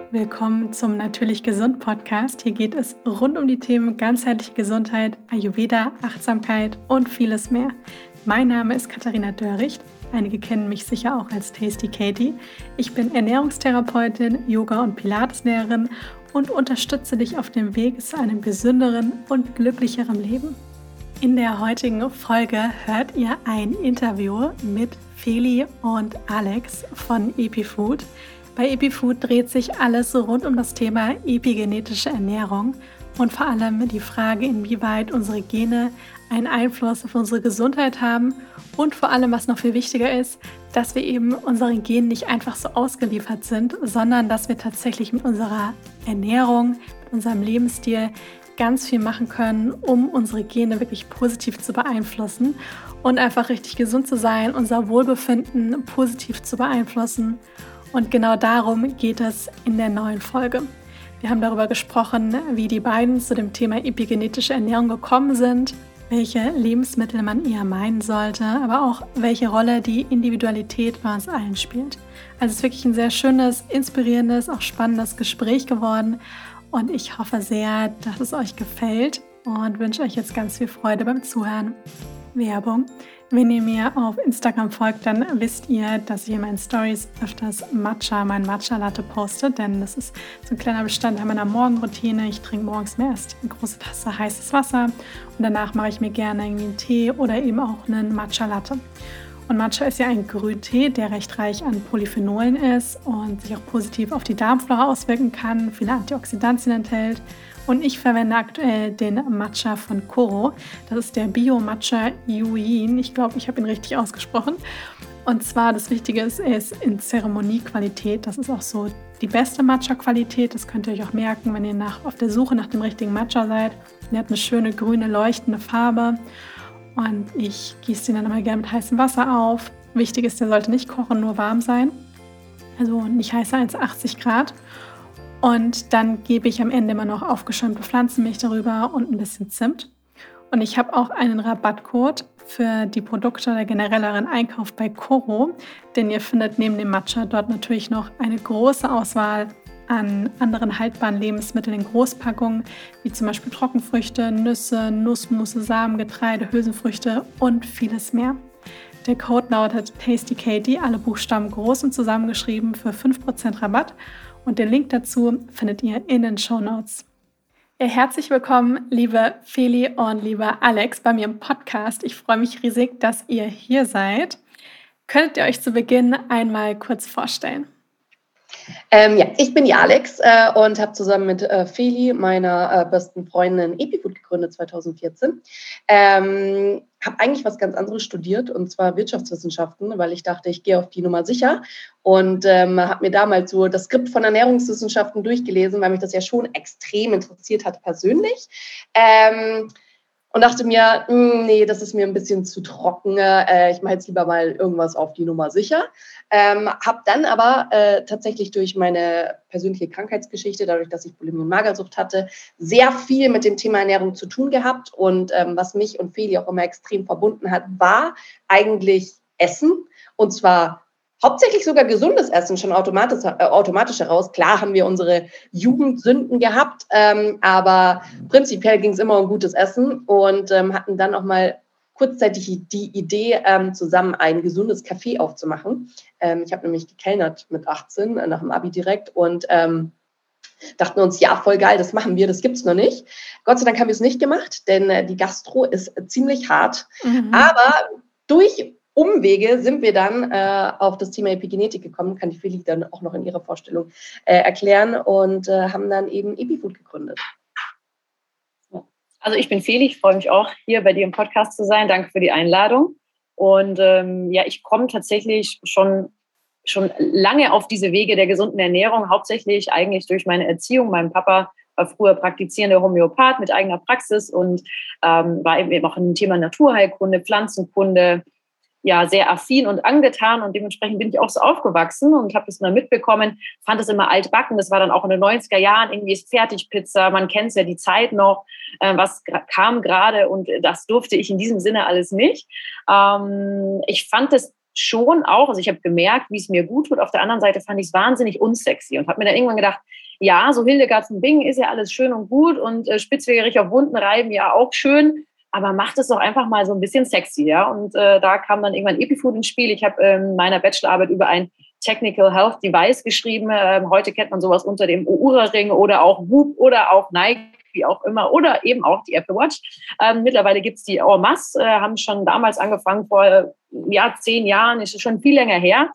Willkommen zum Natürlich Gesund Podcast. Hier geht es rund um die Themen ganzheitliche Gesundheit, Ayurveda, Achtsamkeit und vieles mehr. Mein Name ist Katharina Dörricht. Einige kennen mich sicher auch als Tasty Katie. Ich bin Ernährungstherapeutin, Yoga- und Pilateslehrerin und unterstütze dich auf dem Weg zu einem gesünderen und glücklicheren Leben. In der heutigen Folge hört ihr ein Interview mit Feli und Alex von EpiFood. Bei EpiFood dreht sich alles rund um das Thema epigenetische Ernährung und vor allem die Frage, inwieweit unsere Gene einen Einfluss auf unsere Gesundheit haben und vor allem, was noch viel wichtiger ist, dass wir eben unseren Genen nicht einfach so ausgeliefert sind, sondern dass wir tatsächlich mit unserer Ernährung, mit unserem Lebensstil ganz viel machen können, um unsere Gene wirklich positiv zu beeinflussen und einfach richtig gesund zu sein, unser Wohlbefinden positiv zu beeinflussen. Und genau darum geht es in der neuen Folge. Wir haben darüber gesprochen, wie die beiden zu dem Thema epigenetische Ernährung gekommen sind, welche Lebensmittel man eher meiden sollte, aber auch welche Rolle die Individualität bei uns allen spielt. Also es ist wirklich ein sehr schönes, inspirierendes, auch spannendes Gespräch geworden und ich hoffe sehr, dass es euch gefällt und wünsche euch jetzt ganz viel Freude beim Zuhören. Werbung. Wenn ihr mir auf Instagram folgt, dann wisst ihr, dass ich in meinen Stories öfters mein Matcha-Latte poste, denn das ist so ein kleiner Bestandteil meiner Morgenroutine. Ich trinke morgens mir erst eine große Tasse heißes Wasser und danach mache ich mir gerne irgendwie einen Tee oder eben auch einen Matcha-Latte. Und Matcha ist ja ein Grüntee, der recht reich an Polyphenolen ist und sich auch positiv auf die Darmflora auswirken kann, viele Antioxidantien enthält. Und ich verwende aktuell den Matcha von Koro. Das ist der Bio-Matcha Yuin. Ich glaube, ich habe ihn richtig ausgesprochen. Und zwar, das Wichtige ist, er ist in Zeremoniequalität. Das ist auch so die beste Matcha-Qualität. Das könnt ihr euch auch merken, wenn ihr auf der Suche nach dem richtigen Matcha seid. Der hat eine schöne grüne, leuchtende Farbe. Und ich gieße den dann immer gerne mit heißem Wasser auf. Wichtig ist, der sollte nicht kochen, nur warm sein. Also nicht heißer als 80 Grad. Und dann gebe ich am Ende immer noch aufgeschäumte Pflanzenmilch darüber und ein bisschen Zimt. Und ich habe auch einen Rabattcode für die Produkte oder generelleren Einkauf bei Koro, denn ihr findet neben dem Matcha dort natürlich noch eine große Auswahl an anderen haltbaren Lebensmitteln in Großpackungen, wie zum Beispiel Trockenfrüchte, Nüsse, Nussmusse, Samen, Getreide, Hülsenfrüchte und vieles mehr. Der Code lautet Tasty Katie, alle Buchstaben groß und zusammengeschrieben für 5% Rabatt. Und den Link dazu findet ihr in den Shownotes. Ja, herzlich willkommen, liebe Feli und lieber Alex, bei mir im Podcast. Ich freue mich riesig, dass ihr hier seid. Könntet ihr euch zu Beginn einmal kurz vorstellen? Ich bin die Alex und habe zusammen mit Feli, meiner besten Freundin, EpiFood gegründet 2014. Habe eigentlich was ganz anderes studiert, und zwar Wirtschaftswissenschaften, weil ich dachte, ich gehe auf die Nummer sicher, und habe mir damals so das Skript von Ernährungswissenschaften durchgelesen, weil mich das ja schon extrem interessiert hat persönlich. Und dachte mir, nee, das ist mir ein bisschen zu trocken. Ich mache jetzt lieber mal irgendwas auf die Nummer sicher. Habe dann aber tatsächlich durch meine persönliche Krankheitsgeschichte, dadurch, dass ich Bulimie und Magersucht hatte, sehr viel mit dem Thema Ernährung zu tun gehabt. Und was mich und Feli auch immer extrem verbunden hat, war eigentlich Essen. Und zwar hauptsächlich sogar gesundes Essen, schon automatisch heraus. Klar haben wir unsere Jugendsünden gehabt, aber prinzipiell ging es immer um gutes Essen, und hatten dann auch mal kurzzeitig die Idee, zusammen ein gesundes Café aufzumachen. Ich habe nämlich gekellnert mit 18, nach dem Abi direkt, und dachten uns, ja, voll geil, das machen wir, das gibt's noch nicht. Gott sei Dank haben wir es nicht gemacht, denn die Gastro ist ziemlich hart. Aber durch Umwege sind wir dann auf das Thema Epigenetik gekommen, kann die Feli dann auch noch in ihrer Vorstellung erklären, und haben dann eben EpiFood gegründet. Also ich bin Feli, ich freue mich auch, hier bei dir im Podcast zu sein. Danke für die Einladung. Und ich komme tatsächlich schon lange auf diese Wege der gesunden Ernährung, hauptsächlich eigentlich durch meine Erziehung. Mein Papa war früher praktizierender Homöopath mit eigener Praxis und war eben auch im Thema Naturheilkunde, Pflanzenkunde, ja, sehr affin und angetan, und dementsprechend bin ich auch so aufgewachsen und habe das mal mitbekommen, fand es immer altbacken. Das war dann auch in den 90er Jahren, irgendwie ist Fertigpizza, man kennt es ja, die Zeit noch, was kam gerade, und das durfte ich in diesem Sinne alles nicht. Ich fand es schon auch, also ich habe gemerkt, wie es mir gut tut. Auf der anderen Seite fand ich es wahnsinnig unsexy und habe mir dann irgendwann gedacht, ja, so Hildegard von Bingen ist ja alles schön und gut und Spitzwegerich auf Wunden reiben ja auch schön, aber macht es doch einfach mal so ein bisschen sexy, ja. Und da kam dann irgendwann EpiFood ins Spiel. Ich habe in meiner Bachelorarbeit über ein Technical Health Device geschrieben. Heute kennt man sowas unter dem Oura-Ring oder auch Whoop oder auch Nike, wie auch immer, oder eben auch die Apple Watch. Mittlerweile gibt es die en masse, haben schon damals angefangen, vor 10 Jahren, ist schon viel länger her.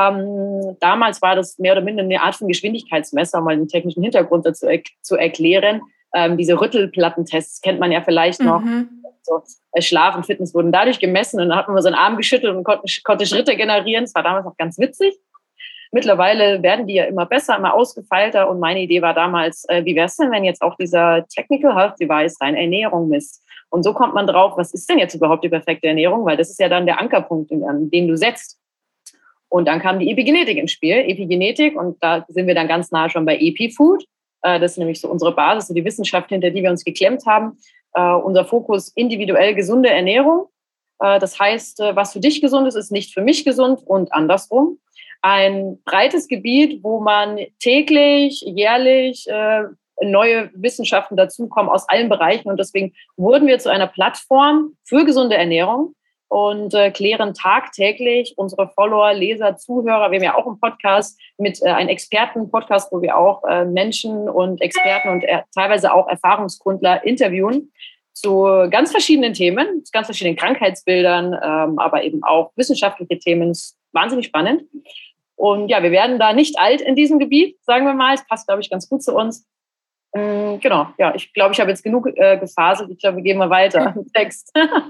Damals war das mehr oder minder eine Art von Geschwindigkeitsmesser, um mal den technischen Hintergrund dazu zu erklären. Diese Rüttelplattentests kennt man ja vielleicht noch. So, Schlaf und Fitness wurden dadurch gemessen und dann hat man mal seinen Arm geschüttelt und konnte Schritte generieren. Das war damals auch ganz witzig. Mittlerweile werden die ja immer besser, immer ausgefeilter und meine Idee war damals, wie wäre es denn, wenn jetzt auch dieser Technical Health Device deine Ernährung misst? Und so kommt man drauf, was ist denn jetzt überhaupt die perfekte Ernährung? Weil das ist ja dann der Ankerpunkt, an den du setzt. Und dann kam die Epigenetik ins Spiel. Epigenetik, und da sind wir dann ganz nah schon bei EpiFood. Das ist nämlich so unsere Basis, so die Wissenschaft, hinter die wir uns geklemmt haben. Unser Fokus individuell gesunde Ernährung. Das heißt, was für dich gesund ist, ist nicht für mich gesund und andersrum. Ein breites Gebiet, wo man täglich, jährlich neue Wissenschaften dazukommen aus allen Bereichen. Und deswegen wurden wir zu einer Plattform für gesunde Ernährung und klären tagtäglich unsere Follower, Leser, Zuhörer. Wir haben ja auch einen Podcast mit einem Experten-Podcast, wo wir auch Menschen und Experten und teilweise auch Erfahrungskundler interviewen zu ganz verschiedenen Themen, zu ganz verschiedenen Krankheitsbildern, aber eben auch wissenschaftliche Themen. Das ist wahnsinnig spannend. Und ja, wir werden da nicht alt in diesem Gebiet, sagen wir mal. Es passt, glaube ich, ganz gut zu uns. Genau, ja, ich glaube, ich habe jetzt genug gefaselt. Ich glaube, wir gehen mal weiter im Text.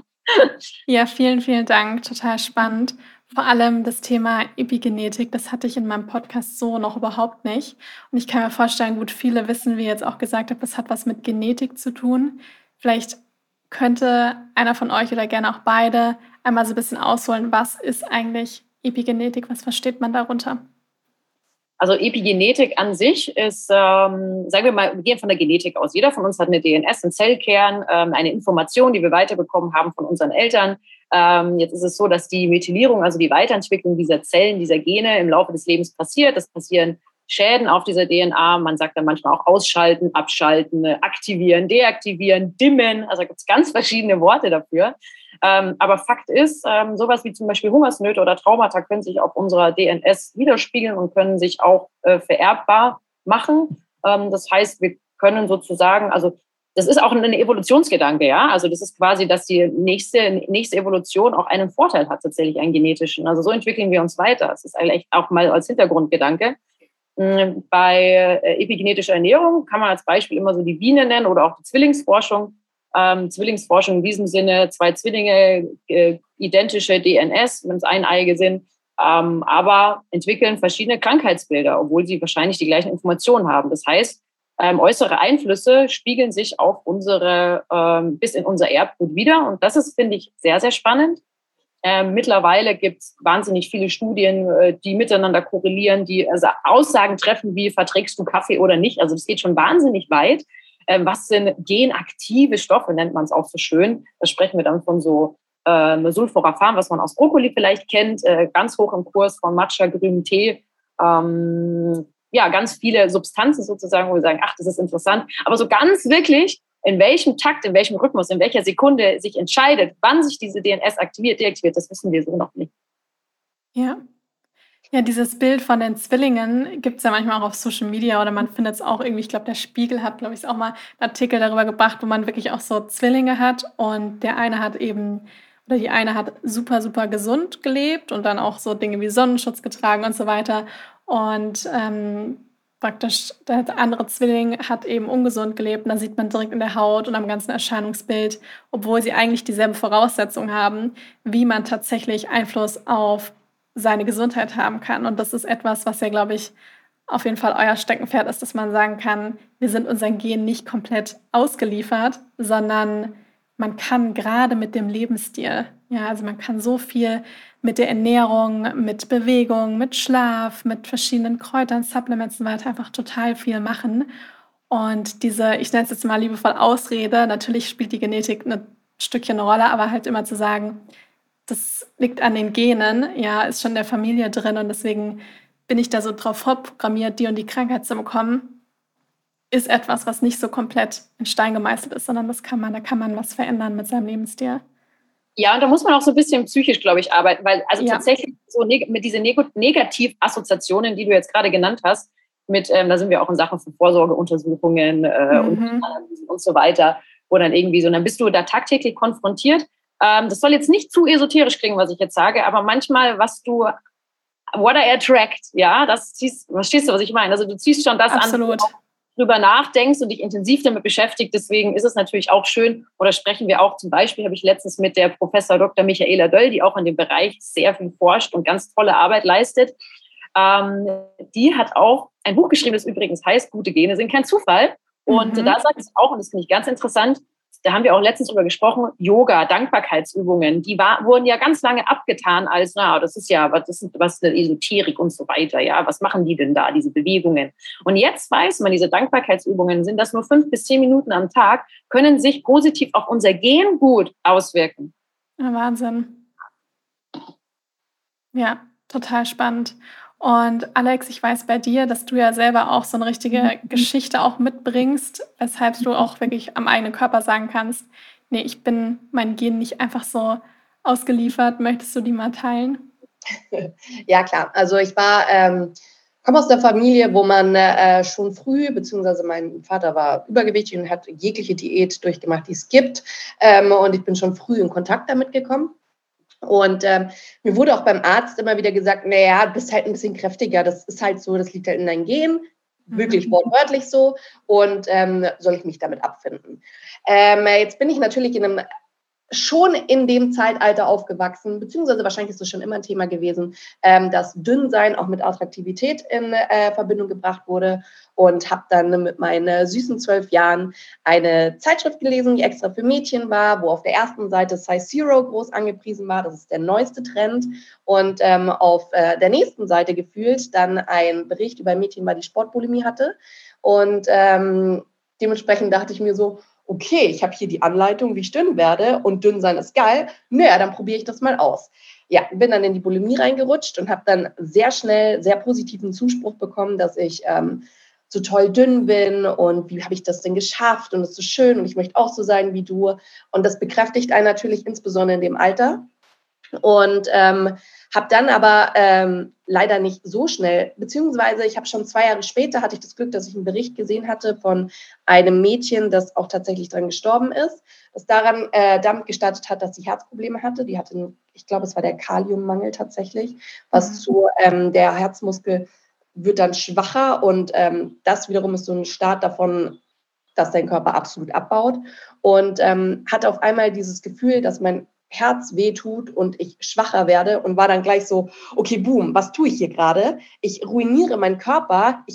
Ja, vielen, vielen Dank. Total spannend. Vor allem das Thema Epigenetik, das hatte ich in meinem Podcast so noch überhaupt nicht. Und ich kann mir vorstellen, gut, viele wissen, wie ihr jetzt auch gesagt habt, das hat was mit Genetik zu tun. Vielleicht könnte einer von euch oder gerne auch beide einmal so ein bisschen ausholen, was ist eigentlich Epigenetik, was versteht man darunter? Also Epigenetik an sich ist, sagen wir mal, wir gehen von der Genetik aus. Jeder von uns hat eine DNS, einen Zellkern, eine Information, die wir weiterbekommen haben von unseren Eltern. Jetzt ist es so, dass die Methylierung, also die Weiterentwicklung dieser Zellen, dieser Gene im Laufe des Lebens passiert. Es passieren Schäden auf dieser DNA. Man sagt dann manchmal auch ausschalten, abschalten, aktivieren, deaktivieren, dimmen. Also gibt es ganz verschiedene Worte dafür. Aber Fakt ist, sowas wie zum Beispiel Hungersnöte oder Traumata können sich auf unserer DNS widerspiegeln und können sich auch vererbbar machen. Das heißt, wir können sozusagen, also das ist auch ein Evolutionsgedanke, ja. Also das ist quasi, dass die nächste Evolution auch einen Vorteil hat, tatsächlich einen genetischen. Also so entwickeln wir uns weiter. Das ist eigentlich auch mal als Hintergrundgedanke. Bei epigenetischer Ernährung kann man als Beispiel immer so die Biene nennen oder auch die Zwillingsforschung. Zwillingsforschung in diesem Sinne, 2 Zwillinge, identische DNS, wenn es eineiige sind, aber entwickeln verschiedene Krankheitsbilder, obwohl sie wahrscheinlich die gleichen Informationen haben. Das heißt, äußere Einflüsse spiegeln sich auf bis in unser Erbgut wider. Und das ist, finde ich, sehr, sehr spannend. Mittlerweile gibt es wahnsinnig viele Studien, die miteinander korrelieren, die also Aussagen treffen, wie verträgst du Kaffee oder nicht. Also das geht schon wahnsinnig weit. Was sind genaktive Stoffe, nennt man es auch so schön. Da sprechen wir dann von so Sulforaphan, was man aus Brokkoli vielleicht kennt, ganz hoch im Kurs von Matcha, grünem Tee. Ja, ganz viele Substanzen sozusagen, wo wir sagen, ach, das ist interessant. Aber so ganz wirklich, in welchem Takt, in welchem Rhythmus, in welcher Sekunde sich entscheidet, wann sich diese DNS aktiviert, deaktiviert, das wissen wir so noch nicht. Ja. Ja, dieses Bild von den Zwillingen gibt es ja manchmal auch auf Social Media oder man findet es auch irgendwie, ich glaube, der Spiegel hat, glaube ich, auch mal einen Artikel darüber gebracht, wo man wirklich auch so Zwillinge hat und der eine hat eben, oder die eine hat super, super gesund gelebt und dann auch so Dinge wie Sonnenschutz getragen und so weiter und praktisch der andere Zwilling hat eben ungesund gelebt und da sieht man direkt in der Haut und am ganzen Erscheinungsbild, obwohl sie eigentlich dieselben Voraussetzungen haben, wie man tatsächlich Einfluss auf seine Gesundheit haben kann. Und das ist etwas, was ja, glaube ich, auf jeden Fall euer Steckenpferd ist, dass man sagen kann, wir sind unseren Gen nicht komplett ausgeliefert, sondern man kann gerade mit dem Lebensstil, ja, also man kann so viel mit der Ernährung, mit Bewegung, mit Schlaf, mit verschiedenen Kräutern, Supplements und so weiter einfach total viel machen. Und diese, ich nenne es jetzt mal liebevoll Ausrede, natürlich spielt die Genetik ein Stückchen eine Rolle, aber halt immer zu sagen, das liegt an den Genen, ja, ist schon in der Familie drin und deswegen bin ich da so drauf vorprogrammiert, die und die Krankheit zu bekommen, ist etwas, was nicht so komplett in Stein gemeißelt ist, sondern da kann man was verändern mit seinem Lebensstil. Ja, und da muss man auch so ein bisschen psychisch, glaube ich, arbeiten, weil tatsächlich so mit diesen Negativassoziationen, die du jetzt gerade genannt hast, da sind wir auch in Sachen von Vorsorgeuntersuchungen und Analysen und so weiter, wo dann irgendwie so, dann bist du da tagtäglich konfrontiert. Das soll jetzt nicht zu esoterisch klingen, was ich jetzt sage, aber manchmal, what I attract, ja, verstehst du, was ich meine? Also du ziehst schon das Absolut an, drüber nachdenkst und dich intensiv damit beschäftigt. Deswegen ist es natürlich auch schön, oder sprechen wir auch zum Beispiel, habe ich letztens mit der Professor Dr. Michaela Döll, die auch in dem Bereich sehr viel forscht und ganz tolle Arbeit leistet. Die hat auch ein Buch geschrieben, das übrigens heißt, gute Gene sind kein Zufall. Und da sagt es auch, und das finde ich ganz interessant, da haben wir auch letztens drüber gesprochen, Yoga, Dankbarkeitsübungen, die wurden ja ganz lange abgetan als, das ist was eine Esoterik und so weiter, ja, was machen die denn da, diese Bewegungen? Und jetzt weiß man, diese Dankbarkeitsübungen, sind das nur 5 bis 10 Minuten am Tag, können sich positiv auf unser Gengut auswirken. Ja, Wahnsinn. Ja, total spannend. Und Alex, ich weiß bei dir, dass du ja selber auch so eine richtige Geschichte auch mitbringst, weshalb du auch wirklich am eigenen Körper sagen kannst, nee, ich bin meinen Genen nicht einfach so ausgeliefert. Möchtest du die mal teilen? Ja, klar. Also ich komme aus der Familie, wo man schon früh, beziehungsweise mein Vater war übergewichtig und hat jegliche Diät durchgemacht, die es gibt. Und ich bin schon früh in Kontakt damit gekommen. Und mir wurde auch beim Arzt immer wieder gesagt, naja, du bist halt ein bisschen kräftiger, das ist halt so, das liegt halt in deinen Genen, wirklich wortwörtlich so, und soll ich mich damit abfinden? Jetzt bin ich natürlich schon in dem Zeitalter aufgewachsen, beziehungsweise wahrscheinlich ist das schon immer ein Thema gewesen, dass Dünnsein auch mit Attraktivität in Verbindung gebracht wurde, und habe dann mit meinen süßen 12 Jahren eine Zeitschrift gelesen, die extra für Mädchen war, wo auf der ersten Seite Size Zero groß angepriesen war, das ist der neueste Trend, und auf der nächsten Seite gefühlt dann ein Bericht über ein Mädchen war, die Sportbulimie hatte, und dementsprechend dachte ich mir so, okay, ich habe hier die Anleitung, wie ich dünn werde, und dünn sein ist geil, naja, dann probiere ich das mal aus. Ja, bin dann in die Bulimie reingerutscht und habe dann sehr schnell sehr positiven Zuspruch bekommen, dass ich so toll dünn bin und wie habe ich das denn geschafft und es ist so schön und ich möchte auch so sein wie du, und das bekräftigt einen natürlich insbesondere in dem Alter. Und habe dann aber leider nicht so schnell, beziehungsweise ich habe schon 2 Jahre später, hatte ich das Glück, dass ich einen Bericht gesehen hatte von einem Mädchen, das auch tatsächlich dran gestorben ist, das damit gestartet hat, dass sie Herzprobleme hatte. Die hatte, ich glaube, es war der Kaliummangel tatsächlich, was zu der Herzmuskel wird dann schwacher, und das wiederum ist so ein Start davon, dass dein Körper absolut abbaut, und hatte auf einmal dieses Gefühl, dass mein Herz wehtut und ich schwacher werde, und war dann gleich so, okay, boom, was tue ich hier gerade? Ich ruiniere meinen Körper,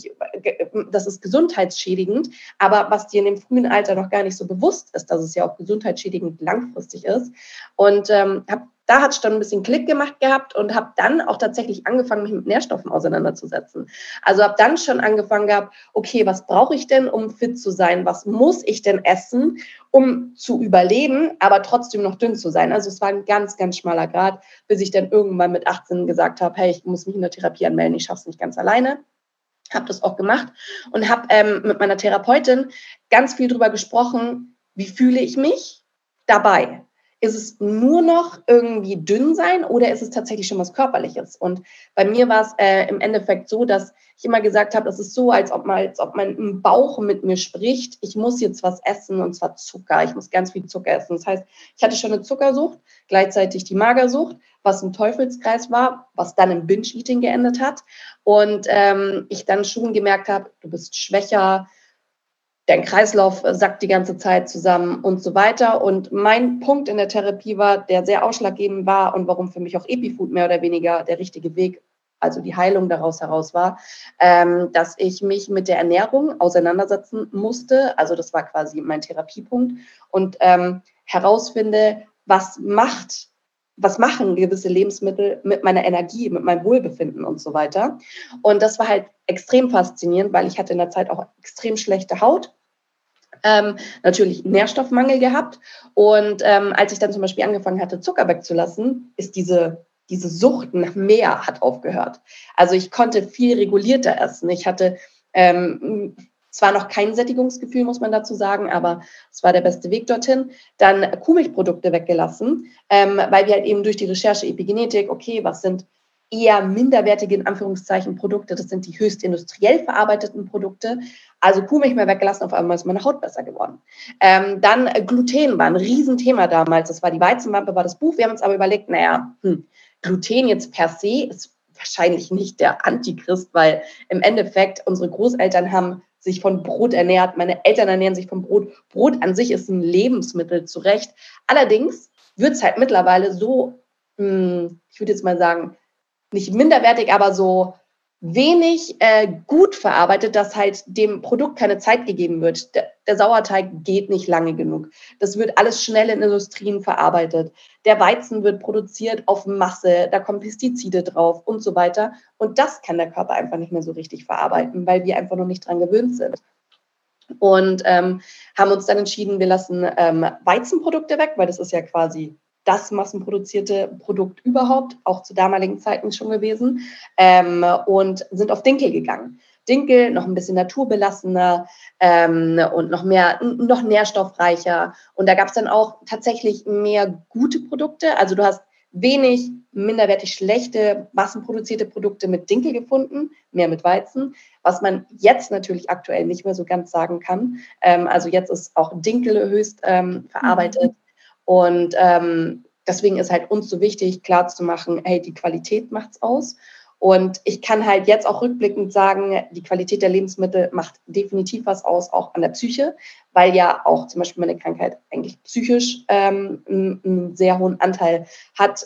das ist gesundheitsschädigend, aber was dir in dem frühen Alter noch gar nicht so bewusst ist, dass es ja auch gesundheitsschädigend langfristig ist. Und da hat es dann ein bisschen Klick gemacht gehabt und habe dann auch tatsächlich angefangen, mich mit Nährstoffen auseinanderzusetzen. Also habe dann schon angefangen gehabt, okay, was brauche ich denn, um fit zu sein? Was muss ich denn essen, um zu überleben, aber trotzdem noch dünn zu sein? Also es war ein ganz, ganz schmaler Grat, bis ich dann irgendwann mit 18 gesagt habe, hey, ich muss mich in der Therapie anmelden, ich schaffe es nicht ganz alleine. Habe das auch gemacht und habe mit meiner Therapeutin ganz viel darüber gesprochen, wie fühle ich mich dabei? Ist es nur noch irgendwie dünn sein oder ist es tatsächlich schon was Körperliches? Und bei mir war es im Endeffekt so, dass ich immer gesagt habe, das ist so, als ob mein Bauch mit mir spricht, ich muss jetzt was essen, und zwar Zucker. Ich muss ganz viel Zucker essen. Das heißt, ich hatte schon eine Zuckersucht, gleichzeitig die Magersucht, was ein Teufelskreis war, was dann im Binge-Eating geendet hat. Und ich dann schon gemerkt habe, du bist schwächer, dein Kreislauf sackt die ganze Zeit zusammen und so weiter. Und mein Punkt in der Therapie war, der sehr ausschlaggebend war und warum für mich auch EpiFood mehr oder weniger der richtige Weg, also die Heilung daraus heraus war, dass ich mich mit der Ernährung auseinandersetzen musste. Also das war quasi mein Therapiepunkt, und herausfinde, was machen gewisse Lebensmittel mit meiner Energie, mit meinem Wohlbefinden und so weiter. Und das war halt extrem faszinierend, weil ich hatte in der Zeit auch extrem schlechte Haut. Natürlich Nährstoffmangel gehabt. Und als ich dann zum Beispiel angefangen hatte, Zucker wegzulassen, ist diese Sucht nach mehr hat aufgehört. Also ich konnte viel regulierter essen. Ich hatte zwar noch kein Sättigungsgefühl, muss man dazu sagen, aber es war der beste Weg dorthin. Dann Kuhmilchprodukte weggelassen, weil wir halt eben durch die Recherche Epigenetik, okay, was sind eher minderwertige, in Anführungszeichen, Produkte, das sind die höchst industriell verarbeiteten Produkte. Also Kuhmilch mal weggelassen, auf einmal ist meine Haut besser geworden. Dann Gluten war ein Riesenthema damals, das war die Weizenwampe, war das Buch. Wir haben uns aber überlegt, Gluten jetzt per se ist wahrscheinlich nicht der Antichrist, weil im Endeffekt unsere Großeltern haben sich von Brot ernährt, meine Eltern ernähren sich von Brot. Brot an sich ist ein Lebensmittel, zu Recht. Allerdings wird es halt mittlerweile so, ich würde jetzt mal sagen, nicht minderwertig, aber so wenig gut verarbeitet, dass halt dem Produkt keine Zeit gegeben wird. Der Sauerteig geht nicht lange genug. Das wird alles schnell in Industrien verarbeitet. Der Weizen wird produziert auf Masse, da kommen Pestizide drauf und so weiter. Und das kann der Körper einfach nicht mehr so richtig verarbeiten, weil wir einfach noch nicht dran gewöhnt sind. Und haben uns dann entschieden, wir lassen Weizenprodukte weg, weil das ist ja quasi das massenproduzierte Produkt überhaupt, auch zu damaligen Zeiten schon gewesen, und sind auf Dinkel gegangen. Dinkel noch ein bisschen naturbelassener und noch nährstoffreicher. Und da gab es dann auch tatsächlich mehr gute Produkte. Also du hast wenig minderwertig schlechte, massenproduzierte Produkte mit Dinkel gefunden, mehr mit Weizen, was man jetzt natürlich aktuell nicht mehr so ganz sagen kann. Also jetzt ist auch Dinkel höchst verarbeitet. Und deswegen ist halt uns so wichtig, klarzumachen, hey, die Qualität macht's aus. Und ich kann halt jetzt auch rückblickend sagen, die Qualität der Lebensmittel macht definitiv was aus, auch an der Psyche, weil ja auch zum Beispiel meine Krankheit eigentlich psychisch einen sehr hohen Anteil hat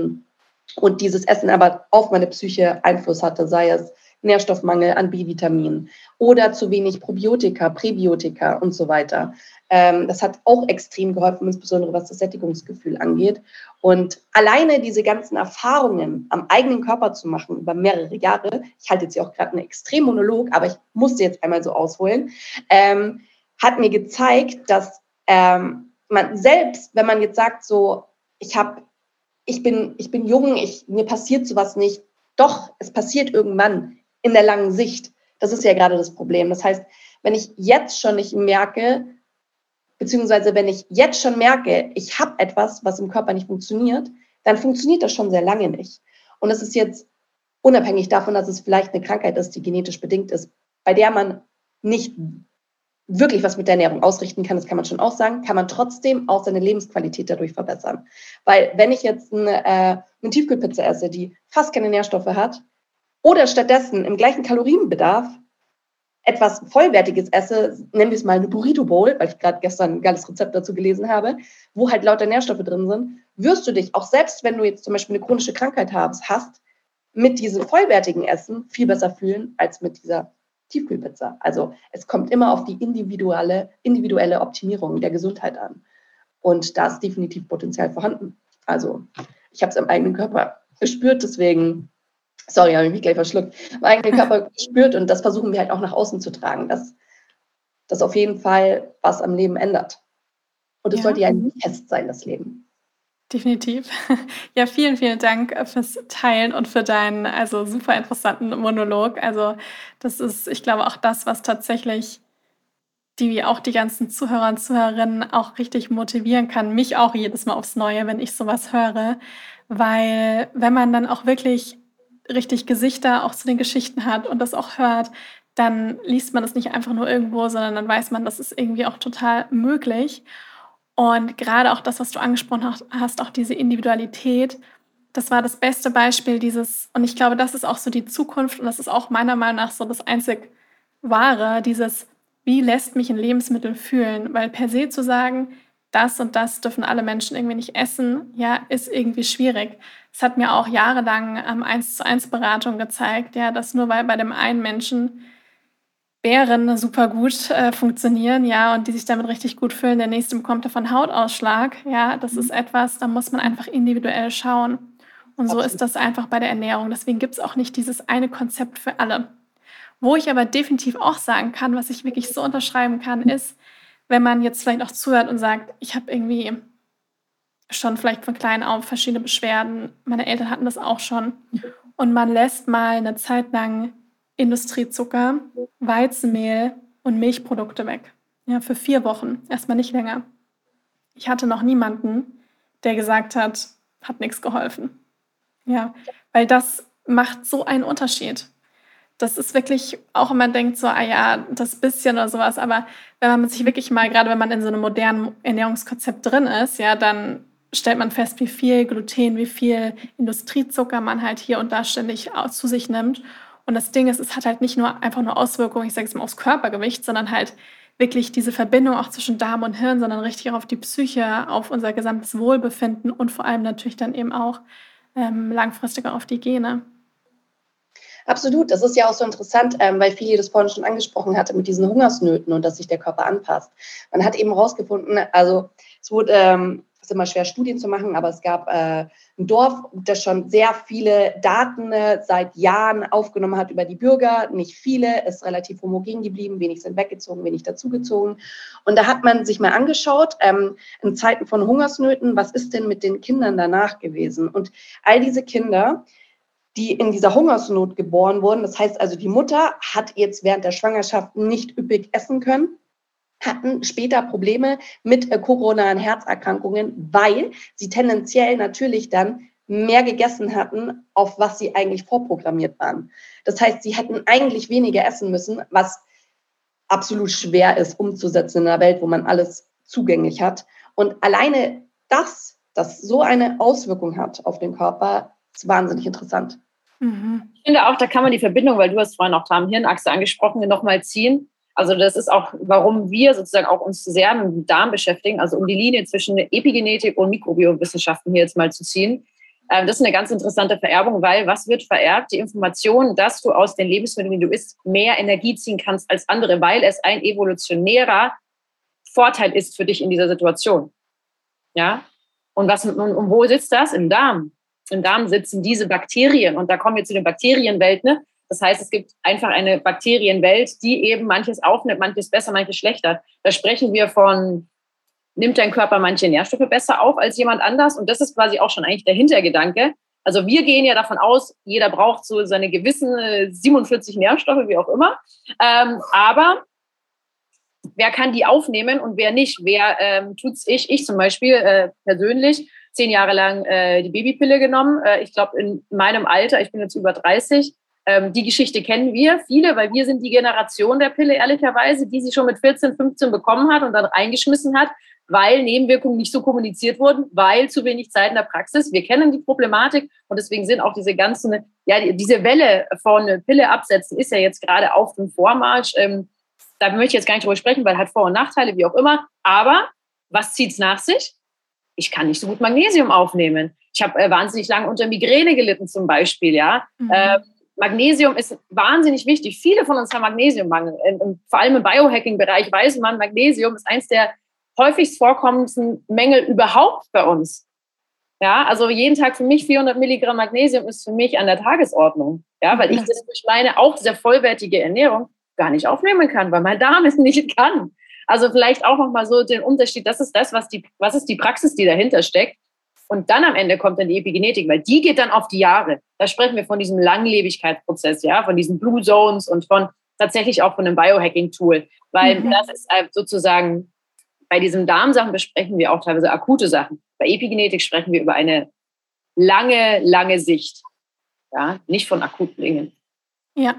und dieses Essen aber auf meine Psyche Einfluss hatte, sei es Nährstoffmangel an B-Vitaminen oder zu wenig Probiotika, Präbiotika und so weiter. Das hat auch extrem geholfen, insbesondere was das Sättigungsgefühl angeht. Und alleine diese ganzen Erfahrungen am eigenen Körper zu machen über mehrere Jahre, ich halte jetzt hier auch gerade einen Extremmonolog, aber ich musste jetzt einmal so ausholen, hat mir gezeigt, dass man selbst, wenn man jetzt sagt, so, ich bin jung, mir passiert sowas nicht, doch, es passiert irgendwann in der langen Sicht. Das ist ja gerade das Problem. Das heißt, wenn ich jetzt schon nicht merke, beziehungsweise wenn ich jetzt schon merke, ich habe etwas, was im Körper nicht funktioniert, dann funktioniert das schon sehr lange nicht. Und das ist jetzt unabhängig davon, dass es vielleicht eine Krankheit ist, die genetisch bedingt ist, bei der man nicht wirklich was mit der Ernährung ausrichten kann, das kann man schon auch sagen, kann man trotzdem auch seine Lebensqualität dadurch verbessern. Weil wenn ich jetzt eine Tiefkühlpizza esse, die fast keine Nährstoffe hat, oder stattdessen im gleichen Kalorienbedarf etwas Vollwertiges esse, nennen wir es mal eine Burrito Bowl, weil ich gerade gestern ein geiles Rezept dazu gelesen habe, wo halt lauter Nährstoffe drin sind, wirst du dich, auch selbst wenn du jetzt zum Beispiel eine chronische Krankheit hast, mit diesem vollwertigen Essen viel besser fühlen als mit dieser Tiefkühlpizza. Also es kommt immer auf die individuelle Optimierung der Gesundheit an. Und da ist definitiv Potenzial vorhanden. Also ich habe es am eigenen Körper gespürt, deswegen, sorry, habe ich mich gleich verschluckt, am eigenen Körper gespürt und das versuchen wir halt auch nach außen zu tragen, dass das auf jeden Fall was am Leben ändert. Und es sollte ja ein Test sein, das Leben. Definitiv. Ja, vielen, vielen Dank fürs Teilen und für deinen super interessanten Monolog. Also das ist, ich glaube, auch das, was tatsächlich die ganzen Zuhörer und Zuhörerinnen auch richtig motivieren kann. Mich auch jedes Mal aufs Neue, wenn ich sowas höre. Weil wenn man dann auch wirklich richtig Gesichter auch zu den Geschichten hat und das auch hört, dann liest man das nicht einfach nur irgendwo, sondern dann weiß man, das ist irgendwie auch total möglich. Und gerade auch das, was du angesprochen hast, auch diese Individualität, das war das beste Beispiel und ich glaube, das ist auch so die Zukunft und das ist auch meiner Meinung nach so das einzig Wahre, wie lässt mich ein Lebensmittel fühlen? Weil per se zu sagen, das und das dürfen alle Menschen irgendwie nicht essen, ja, ist irgendwie schwierig. Es hat mir auch jahrelang 1:1 Beratung gezeigt, ja, dass nur weil bei dem einen Menschen Beeren super gut funktionieren, ja, und die sich damit richtig gut fühlen. Der nächste bekommt davon Hautausschlag, ja, das ist etwas, da muss man einfach individuell schauen. Und so ist das einfach bei der Ernährung. Deswegen gibt es auch nicht dieses eine Konzept für alle. Wo ich aber definitiv auch sagen kann, was ich wirklich so unterschreiben kann, ist, wenn man jetzt vielleicht auch zuhört und sagt, ich habe irgendwie schon vielleicht von klein auf verschiedene Beschwerden, meine Eltern hatten das auch schon, und man lässt mal eine Zeit lang Industriezucker, Weizenmehl und Milchprodukte weg. Ja, für 4 Wochen, erstmal nicht länger. Ich hatte noch niemanden, der gesagt hat nichts geholfen. Ja, weil das macht so einen Unterschied. Das ist wirklich, auch wenn man denkt so, das bisschen oder sowas, aber wenn man sich wirklich mal, gerade wenn man in so einem modernen Ernährungskonzept drin ist, ja, dann stellt man fest, wie viel Gluten, wie viel Industriezucker man halt hier und da ständig zu sich nimmt. Und das Ding ist, es hat halt nicht nur einfach nur Auswirkungen, ich sage es mal, aufs Körpergewicht, sondern halt wirklich diese Verbindung auch zwischen Darm und Hirn, sondern richtig auch auf die Psyche, auf unser gesamtes Wohlbefinden und vor allem natürlich dann eben auch langfristiger auf die Gene. Absolut, das ist ja auch so interessant, weil Feli das vorhin schon angesprochen hatte mit diesen Hungersnöten und dass sich der Körper anpasst. Man hat eben herausgefunden, also es wurde, es ist immer schwer Studien zu machen, aber es gab ein Dorf, das schon sehr viele Daten seit Jahren aufgenommen hat über die Bürger, nicht viele, ist relativ homogen geblieben, wenig sind weggezogen, wenig dazugezogen. Und da hat man sich mal angeschaut, in Zeiten von Hungersnöten, was ist denn mit den Kindern danach gewesen? Und all diese Kinder, die in dieser Hungersnot geboren wurden. Das heißt also, die Mutter hat jetzt während der Schwangerschaft nicht üppig essen können, hatten später Probleme mit koronaren Herzerkrankungen, weil sie tendenziell natürlich dann mehr gegessen hatten, auf was sie eigentlich vorprogrammiert waren. Das heißt, sie hätten eigentlich weniger essen müssen, was absolut schwer ist umzusetzen in einer Welt, wo man alles zugänglich hat. Und alleine das so eine Auswirkung hat auf den Körper, ist wahnsinnig interessant. Ich finde auch, da kann man die Verbindung, weil du hast vorhin auch Darm-Hirn-Achse angesprochen, nochmal ziehen. Also das ist auch, warum wir sozusagen auch uns sehr mit dem Darm beschäftigen, also um die Linie zwischen Epigenetik und Mikrobiomwissenschaften hier jetzt mal zu ziehen. Das ist eine ganz interessante Vererbung, weil was wird vererbt? Die Information, dass du aus den Lebensmitteln, die du isst, mehr Energie ziehen kannst als andere, weil es ein evolutionärer Vorteil ist für dich in dieser Situation. Ja? Und wo sitzt das? Im Darm. Im Darm sitzen diese Bakterien und da kommen wir zu den Bakterienwelt. Ne? Das heißt, es gibt einfach eine Bakterienwelt, die eben manches aufnimmt, manches besser, manches schlechter. Da sprechen wir von, nimmt dein Körper manche Nährstoffe besser auf als jemand anders? Und das ist quasi auch schon eigentlich der Hintergedanke. Also wir gehen ja davon aus, jeder braucht so seine gewissen 47 Nährstoffe, wie auch immer. Aber wer kann die aufnehmen und wer nicht? Wer tut's? Ich zum Beispiel persönlich 10 Jahre lang die Babypille genommen. Ich glaube, in meinem Alter, ich bin jetzt über 30, die Geschichte kennen wir viele, weil wir sind die Generation der Pille, ehrlicherweise, die sie schon mit 14, 15 bekommen hat und dann reingeschmissen hat, weil Nebenwirkungen nicht so kommuniziert wurden, weil zu wenig Zeit in der Praxis. Wir kennen die Problematik und deswegen sind auch diese ganzen, diese Welle von Pille absetzen ist ja jetzt gerade auf dem Vormarsch. Da möchte ich jetzt gar nicht drüber sprechen, weil hat Vor- und Nachteile, wie auch immer. Aber was zieht es nach sich? Ich kann nicht so gut Magnesium aufnehmen. Ich habe wahnsinnig lange unter Migräne gelitten zum Beispiel. Ja? Magnesium ist wahnsinnig wichtig. Viele von uns haben Magnesiummangel. Vor allem im Biohacking-Bereich weiß man, Magnesium ist eins der häufigst vorkommendsten Mängel überhaupt bei uns. Ja, also jeden Tag für mich 400 Milligramm Magnesium ist für mich an der Tagesordnung. Ja, weil ich das durch meine auch sehr vollwertige Ernährung gar nicht aufnehmen kann, weil mein Darm es nicht kann. Also vielleicht auch nochmal so den Unterschied, das ist das, was ist die Praxis, die dahinter steckt. Und dann am Ende kommt dann die Epigenetik, weil die geht dann auf die Jahre. Da sprechen wir von diesem Langlebigkeitsprozess, ja, von diesen Blue Zones und von tatsächlich auch von einem Biohacking-Tool. Weil das ist sozusagen, bei diesen Darmsachen besprechen wir auch teilweise akute Sachen. Bei Epigenetik sprechen wir über eine lange, lange Sicht. Ja, nicht von akuten Dingen. Ja.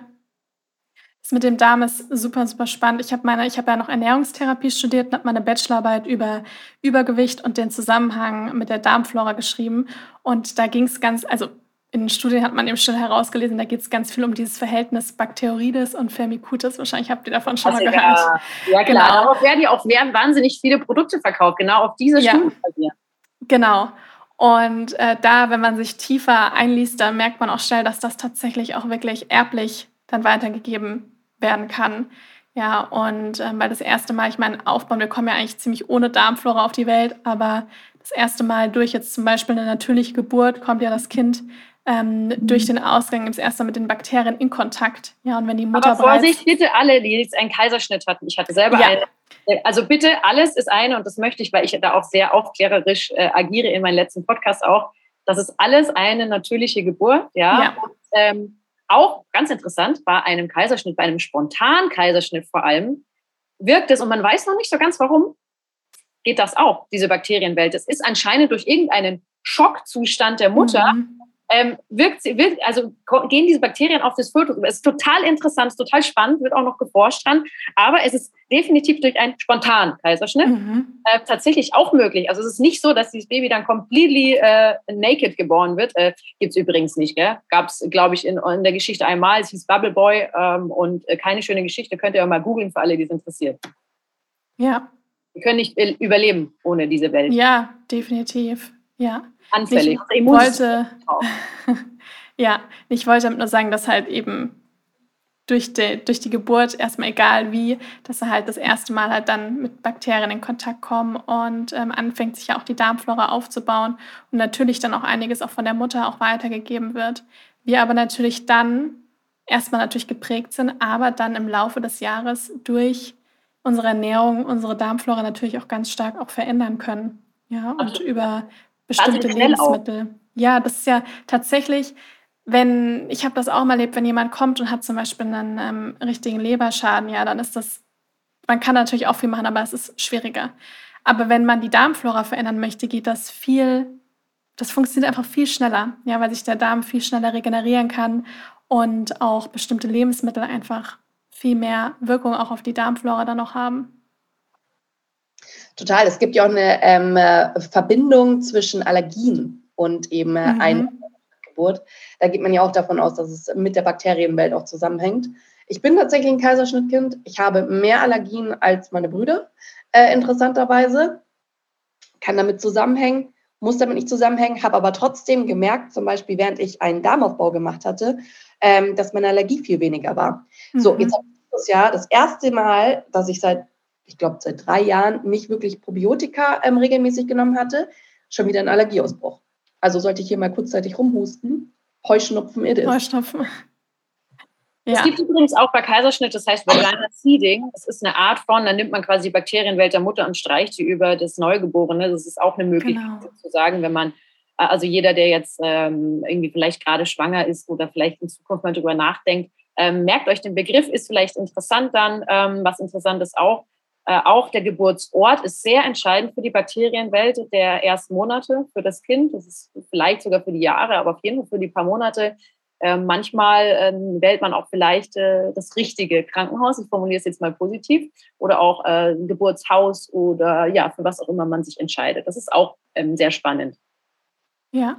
Das mit dem Darm ist super, super spannend. Ich habe ja noch Ernährungstherapie studiert und habe meine Bachelorarbeit über Übergewicht und den Zusammenhang mit der Darmflora geschrieben. Und da ging es also in den Studien hat man eben schon herausgelesen, da geht es ganz viel um dieses Verhältnis Bacteroides und Firmicutes. Wahrscheinlich habt ihr davon schon mal gehört. Ja, klar. Genau. Darauf werden wahnsinnig viele Produkte verkauft, genau auf diese Studien basieren. Genau. Und da, wenn man sich tiefer einliest, dann merkt man auch schnell, dass das tatsächlich auch wirklich erblich dann weitergegeben werden kann. Ja, und weil das erste Mal, ich meine, aufbauen, wir kommen ja eigentlich ziemlich ohne Darmflora auf die Welt, aber das erste Mal durch jetzt zum Beispiel eine natürliche Geburt kommt ja das Kind durch den Ausgang ist erst mal mit den Bakterien in Kontakt. Ja, und wenn die Mutter aber Vorsicht, bitte alle, die jetzt einen Kaiserschnitt hatten. Ich hatte selber einen. Also bitte, alles ist eine, und das möchte ich, weil ich da auch sehr aufklärerisch agiere in meinem letzten Podcast auch, das ist alles eine natürliche Geburt. Ja. Und, auch ganz interessant, bei einem Kaiserschnitt, bei einem spontanen Kaiserschnitt vor allem, wirkt es, und man weiß noch nicht so ganz warum, geht das auch, diese Bakterienwelt. Es ist anscheinend durch irgendeinen Schockzustand der Mutter, gehen diese Bakterien auf das Fötus. Es ist total interessant, es ist total spannend, wird auch noch geforscht dran, aber es ist definitiv durch einen spontanen Kaiserschnitt tatsächlich auch möglich. Also es ist nicht so, dass dieses Baby dann completely naked geboren wird. Gibt es übrigens nicht, gell? Gab es, glaube ich, in der Geschichte einmal. Es hieß Bubble Boy und keine schöne Geschichte. Könnt ihr auch mal googeln für alle, die es interessiert. Ja. Wir können nicht überleben ohne diese Welt. Ja, definitiv. Ja. Anfällig. Ich wollte damit nur sagen, dass halt eben durch die Geburt erstmal egal wie, dass er halt das erste Mal halt dann mit Bakterien in Kontakt kommen und anfängt sich ja auch die Darmflora aufzubauen und natürlich dann auch einiges auch von der Mutter auch weitergegeben wird. Wir aber natürlich dann erstmal natürlich geprägt sind, aber dann im Laufe des Jahres durch unsere Ernährung, unsere Darmflora natürlich auch ganz stark auch verändern können. Ja, und über bestimmte Lebensmittel. Auch. Ja, das ist ja tatsächlich, ich habe das auch mal erlebt, wenn jemand kommt und hat zum Beispiel einen richtigen Leberschaden, ja, dann ist das, man kann natürlich auch viel machen, aber es ist schwieriger. Aber wenn man die Darmflora verändern möchte, das funktioniert einfach viel schneller, ja, weil sich der Darm viel schneller regenerieren kann und auch bestimmte Lebensmittel einfach viel mehr Wirkung auch auf die Darmflora dann noch haben. Total. Es gibt ja auch eine Verbindung zwischen Allergien und eben einer Geburt. Da geht man ja auch davon aus, dass es mit der Bakterienwelt auch zusammenhängt. Ich bin tatsächlich ein Kaiserschnittkind. Ich habe mehr Allergien als meine Brüder, interessanterweise. Kann damit zusammenhängen, muss damit nicht zusammenhängen, habe aber trotzdem gemerkt, zum Beispiel während ich einen Darmaufbau gemacht hatte, dass meine Allergie viel weniger war. So, jetzt habe ich das Jahr das erste Mal, dass ich seit 3 Jahren nicht wirklich Probiotika regelmäßig genommen hatte, schon wieder einen Allergieausbruch. Also sollte ich hier mal kurzzeitig rumhusten. Heuschnupfen it is. Heuschnupfen. Ja. Es gibt übrigens auch bei Kaiserschnitt, das heißt Vaginal Seeding. Das ist eine Art von, dann nimmt man quasi die Bakterienwelt der Mutter und streicht sie über das Neugeborene. Das ist auch eine Möglichkeit, sozusagen, wenn man, also jeder, der jetzt irgendwie vielleicht gerade schwanger ist oder vielleicht in Zukunft mal drüber nachdenkt, merkt euch den Begriff, ist vielleicht interessant dann. Was interessant ist auch der Geburtsort ist sehr entscheidend für die Bakterienwelt der ersten Monate für das Kind. Das ist vielleicht sogar für die Jahre, aber auf jeden Fall für die paar Monate. Manchmal wählt man auch vielleicht das richtige Krankenhaus, ich formuliere es jetzt mal positiv, oder auch Geburtshaus oder ja, für was auch immer man sich entscheidet. Das ist auch sehr spannend. Ja.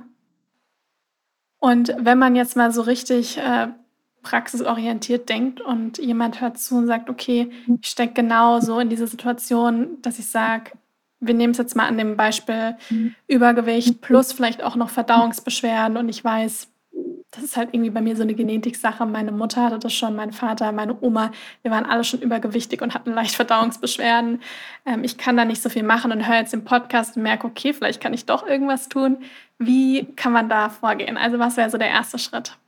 Und wenn man jetzt mal so richtig praxisorientiert denkt und jemand hört zu und sagt, okay, ich stecke genau so in diese Situation, dass ich sage, wir nehmen es jetzt mal an dem Beispiel Übergewicht plus vielleicht auch noch Verdauungsbeschwerden und ich weiß, das ist halt irgendwie bei mir so eine Genetik-Sache. Meine Mutter hatte das schon, mein Vater, meine Oma, wir waren alle schon übergewichtig und hatten leicht Verdauungsbeschwerden. Ich kann da nicht so viel machen und höre jetzt den Podcast und merke, okay, vielleicht kann ich doch irgendwas tun. Wie kann man da vorgehen? Also was wäre so der erste Schritt?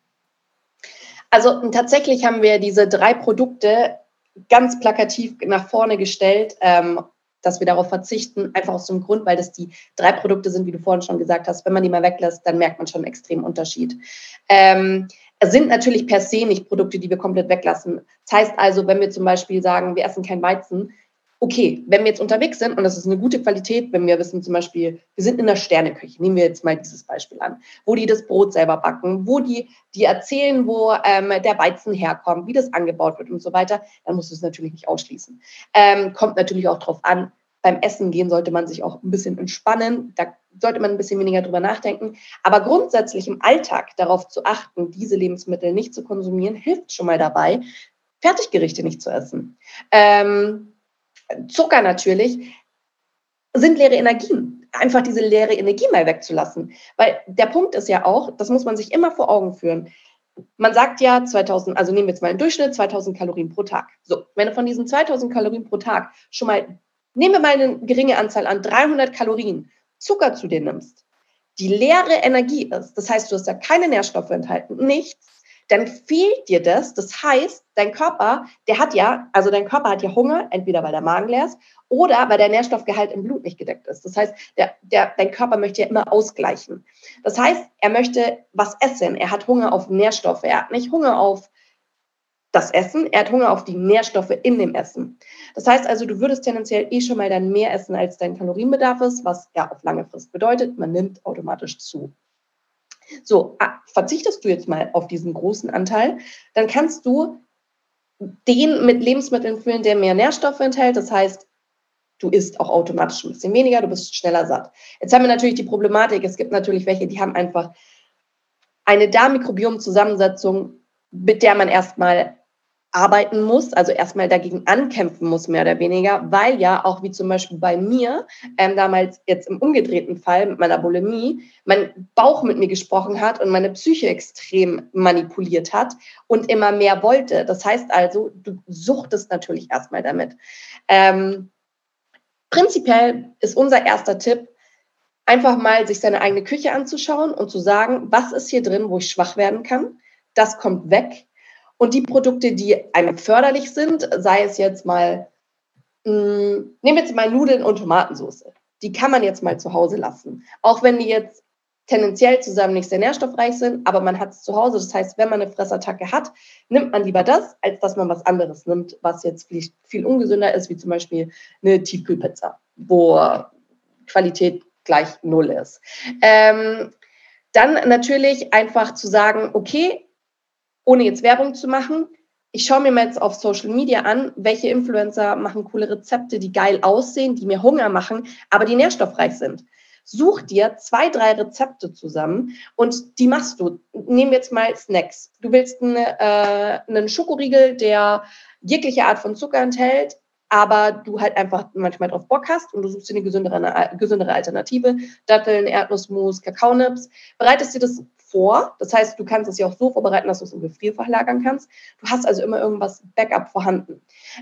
Also tatsächlich haben wir diese 3 Produkte ganz plakativ nach vorne gestellt, dass wir darauf verzichten, einfach aus dem Grund, weil das die 3 Produkte sind, wie du vorhin schon gesagt hast. Wenn man die mal weglässt, dann merkt man schon einen extremen Unterschied. Es sind natürlich per se nicht Produkte, die wir komplett weglassen. Das heißt also, wenn wir zum Beispiel sagen, wir essen kein Weizen, okay, wenn wir jetzt unterwegs sind und das ist eine gute Qualität, wenn wir wissen zum Beispiel, wir sind in der Sterneküche, nehmen wir jetzt mal dieses Beispiel an, wo die das Brot selber backen, wo die erzählen, wo der Weizen herkommt, wie das angebaut wird und so weiter, dann musst du es natürlich nicht ausschließen. Kommt natürlich auch drauf an, beim Essen gehen sollte man sich auch ein bisschen entspannen, da sollte man ein bisschen weniger drüber nachdenken, aber grundsätzlich im Alltag darauf zu achten, diese Lebensmittel nicht zu konsumieren, hilft schon mal dabei, Fertiggerichte nicht zu essen. Zucker natürlich, sind leere Energien. Einfach diese leere Energie mal wegzulassen. Weil der Punkt ist ja auch, das muss man sich immer vor Augen führen. Man sagt ja 2000, also nehmen wir jetzt mal einen Durchschnitt, 2000 Kalorien pro Tag. So, wenn du von diesen 2000 Kalorien pro Tag schon mal, nehmen wir mal eine geringe Anzahl an 300 Kalorien Zucker zu dir nimmst, die leere Energie ist, das heißt, du hast da keine Nährstoffe enthalten, nichts, dann fehlt dir das. Das heißt, dein Körper hat ja Hunger, entweder weil der Magen leer ist oder weil der Nährstoffgehalt im Blut nicht gedeckt ist. Das heißt, dein Körper möchte ja immer ausgleichen. Das heißt, er möchte was essen. Er hat Hunger auf Nährstoffe. Er hat nicht Hunger auf das Essen, er hat Hunger auf die Nährstoffe in dem Essen. Das heißt also, du würdest tendenziell schon mal dann mehr essen, als dein Kalorienbedarf ist, was ja auf lange Frist bedeutet, man nimmt automatisch zu. So, verzichtest du jetzt mal auf diesen großen Anteil, dann kannst du den mit Lebensmitteln füllen, der mehr Nährstoffe enthält. Das heißt, du isst auch automatisch ein bisschen weniger, du bist schneller satt. Jetzt haben wir natürlich die Problematik, es gibt natürlich welche, die haben einfach eine Darmmikrobiom-Zusammensetzung, mit der man erstmal arbeiten muss, also erstmal dagegen ankämpfen muss, mehr oder weniger, weil ja auch wie zum Beispiel bei mir, damals jetzt im umgedrehten Fall mit meiner Bulimie, mein Bauch mit mir gesprochen hat und meine Psyche extrem manipuliert hat und immer mehr wollte. Das heißt also, du suchtest natürlich erstmal damit. Prinzipiell ist unser erster Tipp, einfach mal sich seine eigene Küche anzuschauen und zu sagen, was ist hier drin, wo ich schwach werden kann? Das kommt weg. Und die Produkte, die einem förderlich sind, sei es jetzt mal, nehmen wir jetzt mal Nudeln und Tomatensauce. Die kann man jetzt mal zu Hause lassen. Auch wenn die jetzt tendenziell zusammen nicht sehr nährstoffreich sind, aber man hat es zu Hause. Das heißt, wenn man eine Fressattacke hat, nimmt man lieber das, als dass man was anderes nimmt, was jetzt viel ungesünder ist, wie zum Beispiel eine Tiefkühlpizza, wo Qualität gleich 0 ist. Dann natürlich einfach zu sagen, okay, ohne jetzt Werbung zu machen, ich schaue mir mal jetzt auf Social Media an, welche Influencer machen coole Rezepte, die geil aussehen, die mir Hunger machen, aber die nährstoffreich sind. Such dir 2, 3 Rezepte zusammen und die machst du. Nehmen wir jetzt mal Snacks. Du willst einen Schokoriegel, der jegliche Art von Zucker enthält, aber du halt einfach manchmal drauf Bock hast und du suchst dir eine gesündere Alternative, Datteln, Erdnussmus, Kakaonips, bereitest dir das vor. Das heißt, du kannst es ja auch so vorbereiten, dass du es im Gefrierfach lagern kannst. Du hast also immer irgendwas Backup vorhanden.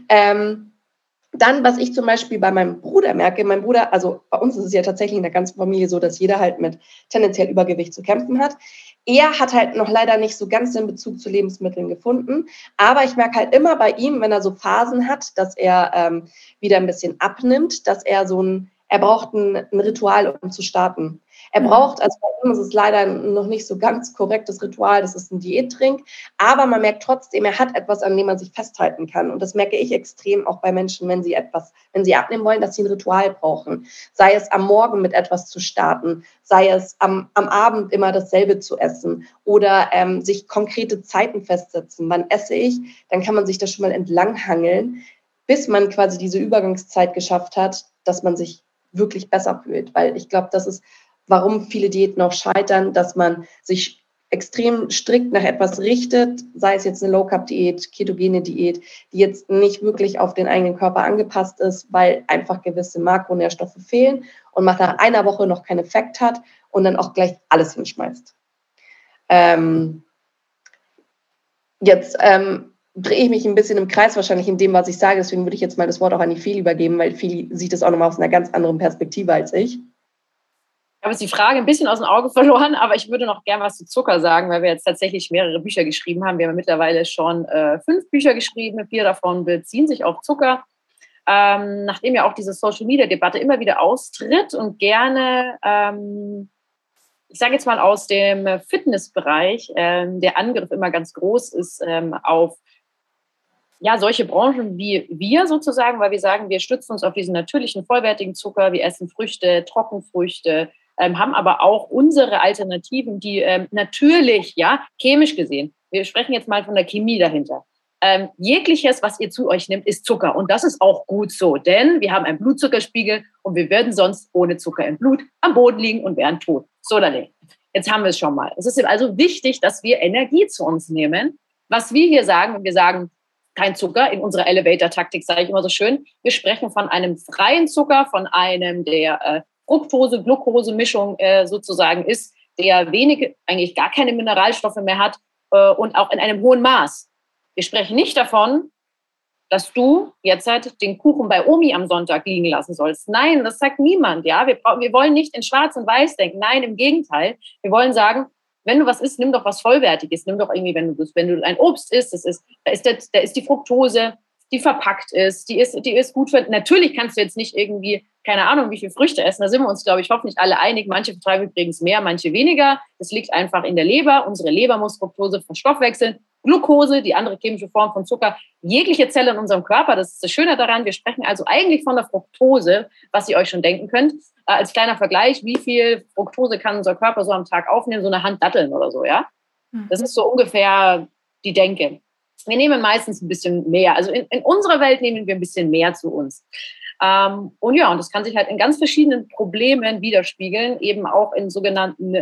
Dann, was ich zum Beispiel bei meinem Bruder merke, mein Bruder, also bei uns ist es ja tatsächlich in der ganzen Familie so, dass jeder halt mit tendenziell Übergewicht zu kämpfen hat. Er hat halt noch leider nicht so ganz den Bezug zu Lebensmitteln gefunden, aber ich merke halt immer bei ihm, wenn er so Phasen hat, dass er wieder ein bisschen abnimmt, dass er er braucht ein Ritual, um zu starten. Er braucht, also bei ihm ist es leider noch nicht so ganz korrektes Ritual, das ist ein Diättrink, aber man merkt trotzdem, er hat etwas, an dem man sich festhalten kann. Und das merke ich extrem auch bei Menschen, wenn sie abnehmen wollen, dass sie ein Ritual brauchen. Sei es am Morgen mit etwas zu starten, sei es am Abend immer dasselbe zu essen oder sich konkrete Zeiten festsetzen. Wann esse ich? Dann kann man sich das schon mal entlanghangeln, bis man quasi diese Übergangszeit geschafft hat, dass man sich wirklich besser fühlt. Weil ich glaube, das ist, warum viele Diäten auch scheitern, dass man sich extrem strikt nach etwas richtet, sei es jetzt eine Low-Carb-Diät, ketogene Diät, die jetzt nicht wirklich auf den eigenen Körper angepasst ist, weil einfach gewisse Makronährstoffe fehlen und man nach einer Woche noch keinen Effekt hat und dann auch gleich alles hinschmeißt. Jetzt drehe ich mich ein bisschen im Kreis wahrscheinlich in dem, was ich sage, deswegen würde ich jetzt mal das Wort auch an die Feli übergeben, weil Feli sieht das auch nochmal aus einer ganz anderen Perspektive als ich. Ich habe jetzt die Frage ein bisschen aus dem Auge verloren, aber ich würde noch gerne was zu Zucker sagen, weil wir jetzt tatsächlich mehrere Bücher geschrieben haben. Wir haben mittlerweile schon 5 Bücher geschrieben, 4 davon beziehen sich auf Zucker. Nachdem ja auch diese Social-Media-Debatte immer wieder austritt und gerne, ich sage jetzt mal aus dem Fitnessbereich, der Angriff immer ganz groß ist auf solche Branchen wie wir sozusagen, weil wir sagen, wir stützen uns auf diesen natürlichen, vollwertigen Zucker, wir essen Früchte, Trockenfrüchte, haben aber auch unsere Alternativen, die natürlich, chemisch gesehen, wir sprechen jetzt mal von der Chemie dahinter. Jegliches, was ihr zu euch nehmt, ist Zucker. Und das ist auch gut so, denn wir haben einen Blutzuckerspiegel und wir würden sonst ohne Zucker im Blut am Boden liegen und wären tot. So, jetzt haben wir es schon mal. Es ist also wichtig, dass wir Energie zu uns nehmen. Was wir hier sagen, wir sagen, kein Zucker, in unserer Elevator-Taktik sage ich immer so schön, wir sprechen von einem freien Zucker, von einem, der Fructose-Glucose-Mischung sozusagen ist, der wenige, eigentlich gar keine Mineralstoffe mehr hat und auch in einem hohen Maß. Wir sprechen nicht davon, dass du jetzt halt den Kuchen bei Omi am Sonntag liegen lassen sollst. Nein, das sagt niemand. Ja, wir wollen nicht in Schwarz und Weiß denken. Nein, im Gegenteil. Wir wollen sagen, wenn du was isst, nimm doch was Vollwertiges. Nimm doch irgendwie, wenn du ein Obst isst, da ist die Fructose, die verpackt ist, die ist gut für. Natürlich kannst du jetzt nicht irgendwie, keine Ahnung, wie viele Früchte essen. Da sind wir uns, glaube ich, hoffentlich alle einig. Manche vertragen übrigens mehr, manche weniger. Das liegt einfach in der Leber. Unsere Leber muss Fructose verstoffwechseln. Glucose, die andere chemische Form von Zucker, jegliche Zelle in unserem Körper. Das ist das Schöne daran. Wir sprechen also eigentlich von der Fructose, was ihr euch schon denken könnt. Als kleiner Vergleich, wie viel Fructose kann unser Körper so am Tag aufnehmen? So eine Hand Datteln oder so, ja? Das ist so ungefähr die Denke. Wir nehmen meistens ein bisschen mehr. Also in unserer Welt nehmen wir ein bisschen mehr zu uns. Und das kann sich halt in ganz verschiedenen Problemen widerspiegeln, eben auch in sogenannten,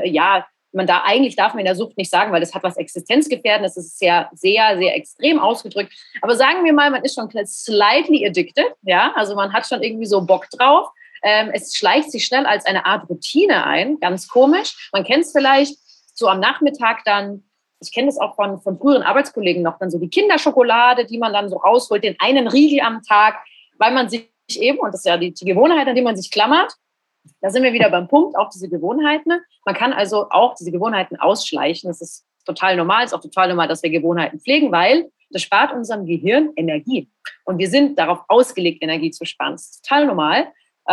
darf man in der Sucht nicht sagen, weil das hat was Existenzgefährdendes, das ist sehr, sehr, sehr extrem ausgedrückt. Aber sagen wir mal, man ist schon slightly addicted, ja, also man hat schon irgendwie so Bock drauf. Es schleicht sich schnell als eine Art Routine ein, ganz komisch. Man kennt es vielleicht so am Nachmittag dann. Ich kenne das auch von früheren Arbeitskollegen noch, dann so die Kinderschokolade, die man dann so rausholt, den einen Riegel am Tag, weil man sich eben, und das ist ja die Gewohnheit, an die man sich klammert, da sind wir wieder beim Punkt, auch diese Gewohnheiten. Man kann also auch diese Gewohnheiten ausschleichen. Das ist total normal, ist auch total normal, dass wir Gewohnheiten pflegen, weil das spart unserem Gehirn Energie. Und wir sind darauf ausgelegt, Energie zu sparen. Das ist total normal.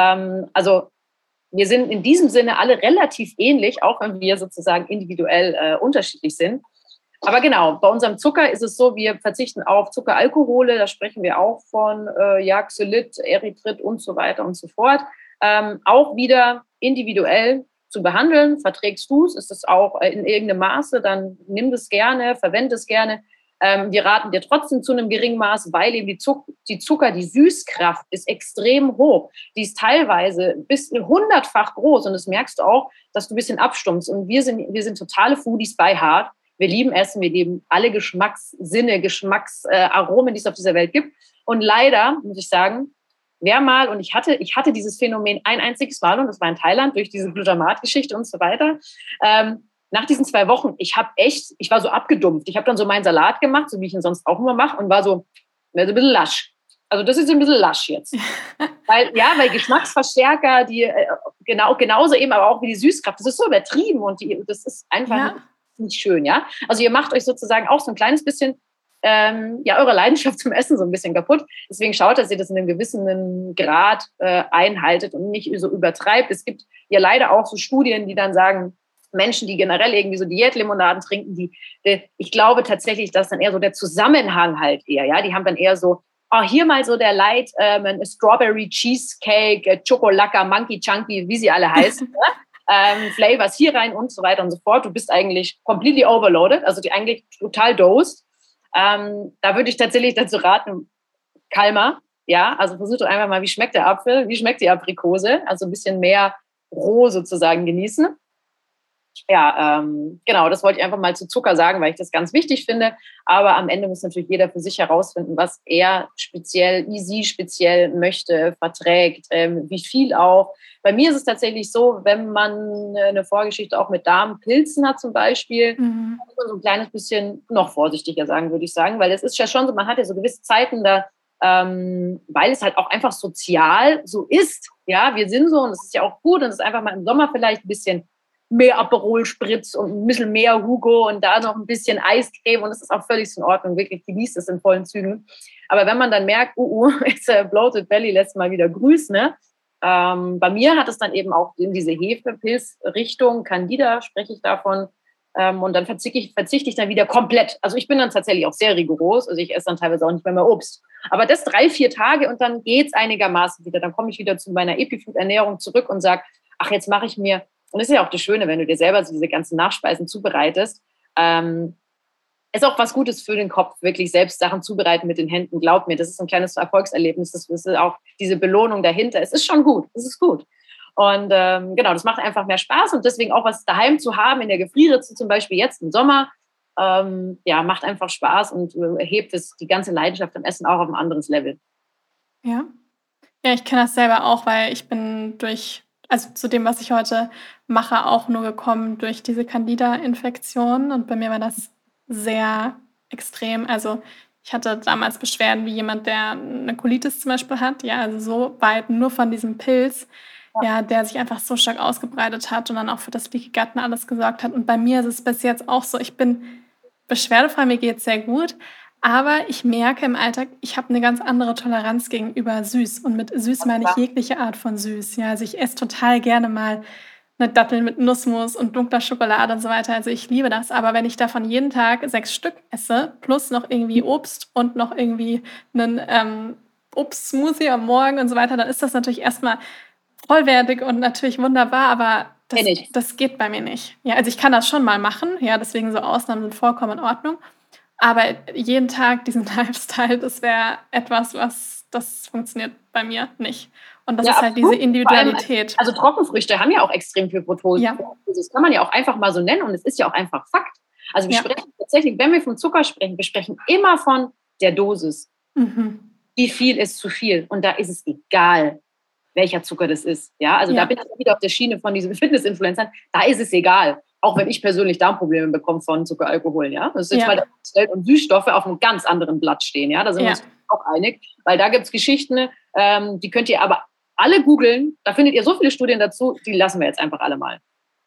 Also wir sind in diesem Sinne alle relativ ähnlich, auch wenn wir sozusagen individuell unterschiedlich sind. Aber genau, bei unserem Zucker ist es so, wir verzichten auf Zuckeralkohole, da sprechen wir auch von Xylit, Erythrit und so weiter und so fort. Auch wieder individuell zu behandeln. Verträgst du es, ist es auch in irgendeinem Maße, dann nimm das gerne, verwende es gerne. Wir raten dir trotzdem zu einem geringen Maß, weil eben die Süßkraft ist extrem hoch. Die ist teilweise bis 100-fach groß und das merkst du auch, dass du ein bisschen abstumpfst. Und wir sind totale Foodies by heart. Wir lieben Essen, wir lieben alle Geschmackssinne, Geschmacksaromen, die es auf dieser Welt gibt. Und leider, muss ich sagen, und ich hatte dieses Phänomen ein einziges Mal und das war in Thailand durch diese Glutamat-Geschichte und so weiter. Nach diesen 2 Wochen, ich war so abgedumpft. Ich habe dann so meinen Salat gemacht, so wie ich ihn sonst auch immer mache und war so ein bisschen lasch. Also das ist ein bisschen lasch jetzt. weil Geschmacksverstärker, die genauso eben, aber auch wie die Süßkraft, das ist so übertrieben und das ist einfach nicht schön, ja. Also ihr macht euch sozusagen auch so ein kleines bisschen eure Leidenschaft zum Essen so ein bisschen kaputt. Deswegen schaut, dass ihr das in einem gewissen Grad einhaltet und nicht so übertreibt. Es gibt ja leider auch so Studien, die dann sagen, Menschen, die generell irgendwie so Diätlimonaden trinken, ich glaube tatsächlich, dass dann eher so der Zusammenhang halt eher, ja, die haben dann eher so, hier mal so der Light Strawberry Cheesecake, Chocolacca, Monkey Chunky, wie sie alle heißen, Flavors hier rein und so weiter und so fort. Du bist eigentlich completely overloaded, also die eigentlich total dosed. Da würde ich tatsächlich dazu raten, Kalmer, ja, also versuch doch einfach mal, wie schmeckt der Apfel, wie schmeckt die Aprikose, also ein bisschen mehr roh sozusagen genießen. Ja, genau, das wollte ich einfach mal zu Zucker sagen, weil ich das ganz wichtig finde. Aber am Ende muss natürlich jeder für sich herausfinden, was er speziell möchte, verträgt, wie viel auch. Bei mir ist es tatsächlich so, wenn man eine Vorgeschichte auch mit Darmpilzen hat zum Beispiel, muss man so ein kleines bisschen noch vorsichtiger sagen, würde ich sagen. Weil es ist ja schon so, man hat ja so gewisse Zeiten da, weil es halt auch einfach sozial so ist. Ja, wir sind so und es ist ja auch gut und es ist einfach mal im Sommer vielleicht ein bisschen mehr Aperol Spritz und ein bisschen mehr Hugo und da noch ein bisschen Eiscreme und das ist auch völlig in Ordnung, wirklich genießt es in vollen Zügen. Aber wenn man dann merkt, jetzt bloated belly lässt mal wieder grüßen, ne? Bei mir hat es dann eben auch in diese Hefepilz-Richtung, Candida spreche ich davon, und dann verzichte ich dann wieder komplett. Also ich bin dann tatsächlich auch sehr rigoros, also ich esse dann teilweise auch nicht mehr Obst. Aber das 3-4 Tage und dann geht es einigermaßen wieder. Dann komme ich wieder zu meiner Epifood-Ernährung zurück und sage, jetzt mache ich mir. Und das ist ja auch das Schöne, wenn du dir selber so diese ganzen Nachspeisen zubereitest. Ist auch was Gutes für den Kopf, wirklich selbst Sachen zubereiten mit den Händen. Glaub mir, das ist ein kleines Erfolgserlebnis. Das ist auch diese Belohnung dahinter. Es ist schon gut. Es ist gut. Und genau, das macht einfach mehr Spaß. Und deswegen auch was daheim zu haben, in der Gefrierritze zum Beispiel jetzt im Sommer, macht einfach Spaß und hebt die ganze Leidenschaft am Essen auch auf ein anderes Level. Ja, ich kenne das selber auch, weil ich bin zu dem, was ich heute mache, auch nur gekommen durch diese Candida-Infektion. Und bei mir war das sehr extrem. Also Ich hatte damals Beschwerden wie jemand, der eine Colitis zum Beispiel hat, ja, also so weit nur von diesem Pilz, ja, der sich einfach so stark ausgebreitet hat und dann auch für das Leaky Gut und alles gesorgt hat. Und bei mir ist es bis jetzt auch so, ich bin beschwerdefrei, mir geht's sehr gut, aber ich merke im Alltag, ich habe eine ganz andere Toleranz gegenüber süß. Und mit süß meine ich jegliche Art von süß. Ja, also ich esse total gerne mal eine Dattel mit Nussmus und dunkler Schokolade und so weiter. Also ich liebe das. Aber wenn ich davon jeden Tag 6 Stück esse, plus noch irgendwie Obst und noch irgendwie einen Obstsmoothie am Morgen und so weiter, dann ist das natürlich erstmal vollwertig und natürlich wunderbar, aber das geht bei mir nicht. Ja, also ich kann das schon mal machen, ja, deswegen so Ausnahmen sind vollkommen in Ordnung. Aber jeden Tag diesen Lifestyle, das wäre etwas, das funktioniert bei mir nicht. Und das ist halt diese Individualität. Also Trockenfrüchte haben ja auch extrem viel Fructose. Ja. Das kann man ja auch einfach mal so nennen und es ist ja auch einfach Fakt. Also wir sprechen tatsächlich, wenn wir vom Zucker sprechen, wir sprechen immer von der Dosis. Wie viel ist zu viel? Und da ist es egal, welcher Zucker das ist. Ja, also da bin ich wieder auf der Schiene von diesen Fitness-Influencern. Da ist es egal. Auch wenn ich persönlich Darmprobleme bekomme von Zuckeralkohol. Ja, das ist jetzt mal dargestellt und Süßstoffe auf einem ganz anderen Blatt stehen. Ja, da sind wir uns auch einig. Weil da gibt es Geschichten, die könnt ihr aber alle googeln. Da findet ihr so viele Studien dazu, die lassen wir jetzt einfach alle mal.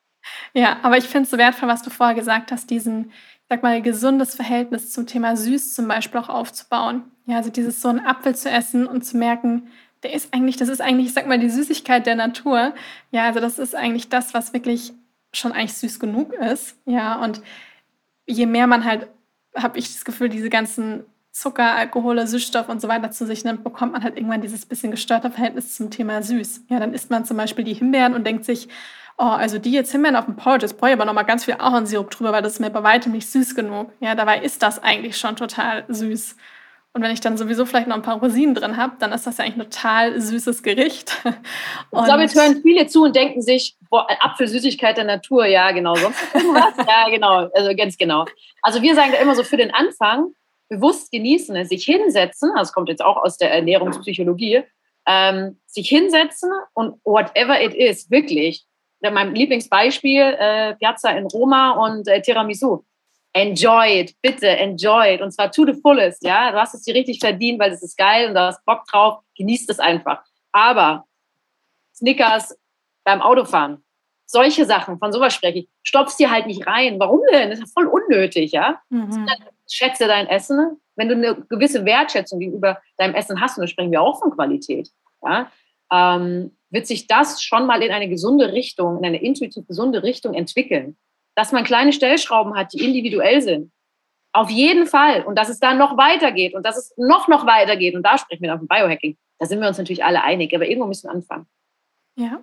Ja, aber ich finde es so wertvoll, was du vorher gesagt hast, diesen, sag mal, gesundes Verhältnis zum Thema Süß zum Beispiel auch aufzubauen. Ja, also dieses so einen Apfel zu essen und zu merken, das ist eigentlich, ich sag mal, die Süßigkeit der Natur. Ja, also das ist eigentlich das, was wirklich schon eigentlich süß genug ist. Ja, und je mehr man halt, habe ich das Gefühl, diese ganzen Zucker, Alkohole, Süßstoff und so weiter zu sich nimmt, bekommt man halt irgendwann dieses bisschen gestörte Verhältnis zum Thema süß. Ja, dann isst man zum Beispiel die Himbeeren und denkt sich, oh, also die jetzt Himbeeren auf dem Porridge, das brauche ich aber nochmal ganz viel Ahornsirup drüber, weil das ist mir bei weitem nicht süß genug. Ja, dabei ist das eigentlich schon total süß. Und wenn ich dann sowieso vielleicht noch ein paar Rosinen drin habe, dann ist das ja eigentlich ein total süßes Gericht. Und ich glaube, jetzt hören viele zu und denken sich, boah, Apfelsüßigkeit der Natur, ja, genau. Sonst irgendwas? Ja, genau, also ganz genau. Also wir sagen da immer so für den Anfang, bewusst genießen, sich hinsetzen, das kommt jetzt auch aus der Ernährungspsychologie, sich hinsetzen und whatever it is, wirklich. Mein Lieblingsbeispiel, Piazza in Roma und Tiramisu. Enjoy it, bitte, enjoy it. Und zwar to the fullest, ja. Du hast es dir richtig verdient, weil es ist geil und du hast Bock drauf. Genießt es einfach. Aber Snickers beim Autofahren, solche Sachen, von sowas spreche ich, stopf's dir halt nicht rein. Warum denn? Das ist voll unnötig, ja. Schätze dein Essen. Wenn du eine gewisse Wertschätzung gegenüber deinem Essen hast, und da sprechen wir auch von Qualität, ja, wird sich das schon mal in eine gesunde Richtung, in eine intuitiv gesunde Richtung entwickeln. Dass man kleine Stellschrauben hat, die individuell sind. Auf jeden Fall. Und dass es dann noch weitergeht und dass es noch weitergeht. Und da sprechen wir dann von Biohacking. Da sind wir uns natürlich alle einig. Aber irgendwo müssen wir anfangen. Ja,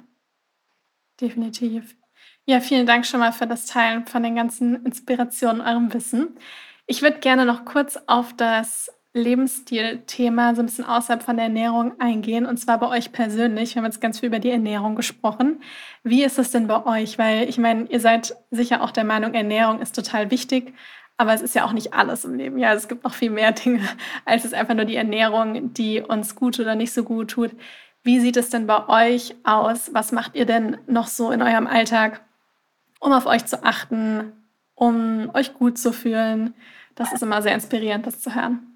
definitiv. Ja, vielen Dank schon mal für das Teilen von den ganzen Inspirationen, eurem Wissen. Ich würde gerne noch kurz auf das Lebensstil-Thema so ein bisschen außerhalb von der Ernährung eingehen, und zwar bei euch persönlich. Wir haben jetzt ganz viel über die Ernährung gesprochen. Wie ist es denn bei euch? Weil ich meine, ihr seid sicher auch der Meinung, Ernährung ist total wichtig, aber es ist ja auch nicht alles im Leben. Ja, es gibt noch viel mehr Dinge, als es einfach nur die Ernährung, die uns gut oder nicht so gut tut. Wie sieht es denn bei euch aus? Was macht ihr denn noch so in eurem Alltag, um auf euch zu achten, um euch gut zu fühlen? Das ist immer sehr inspirierend, das zu hören.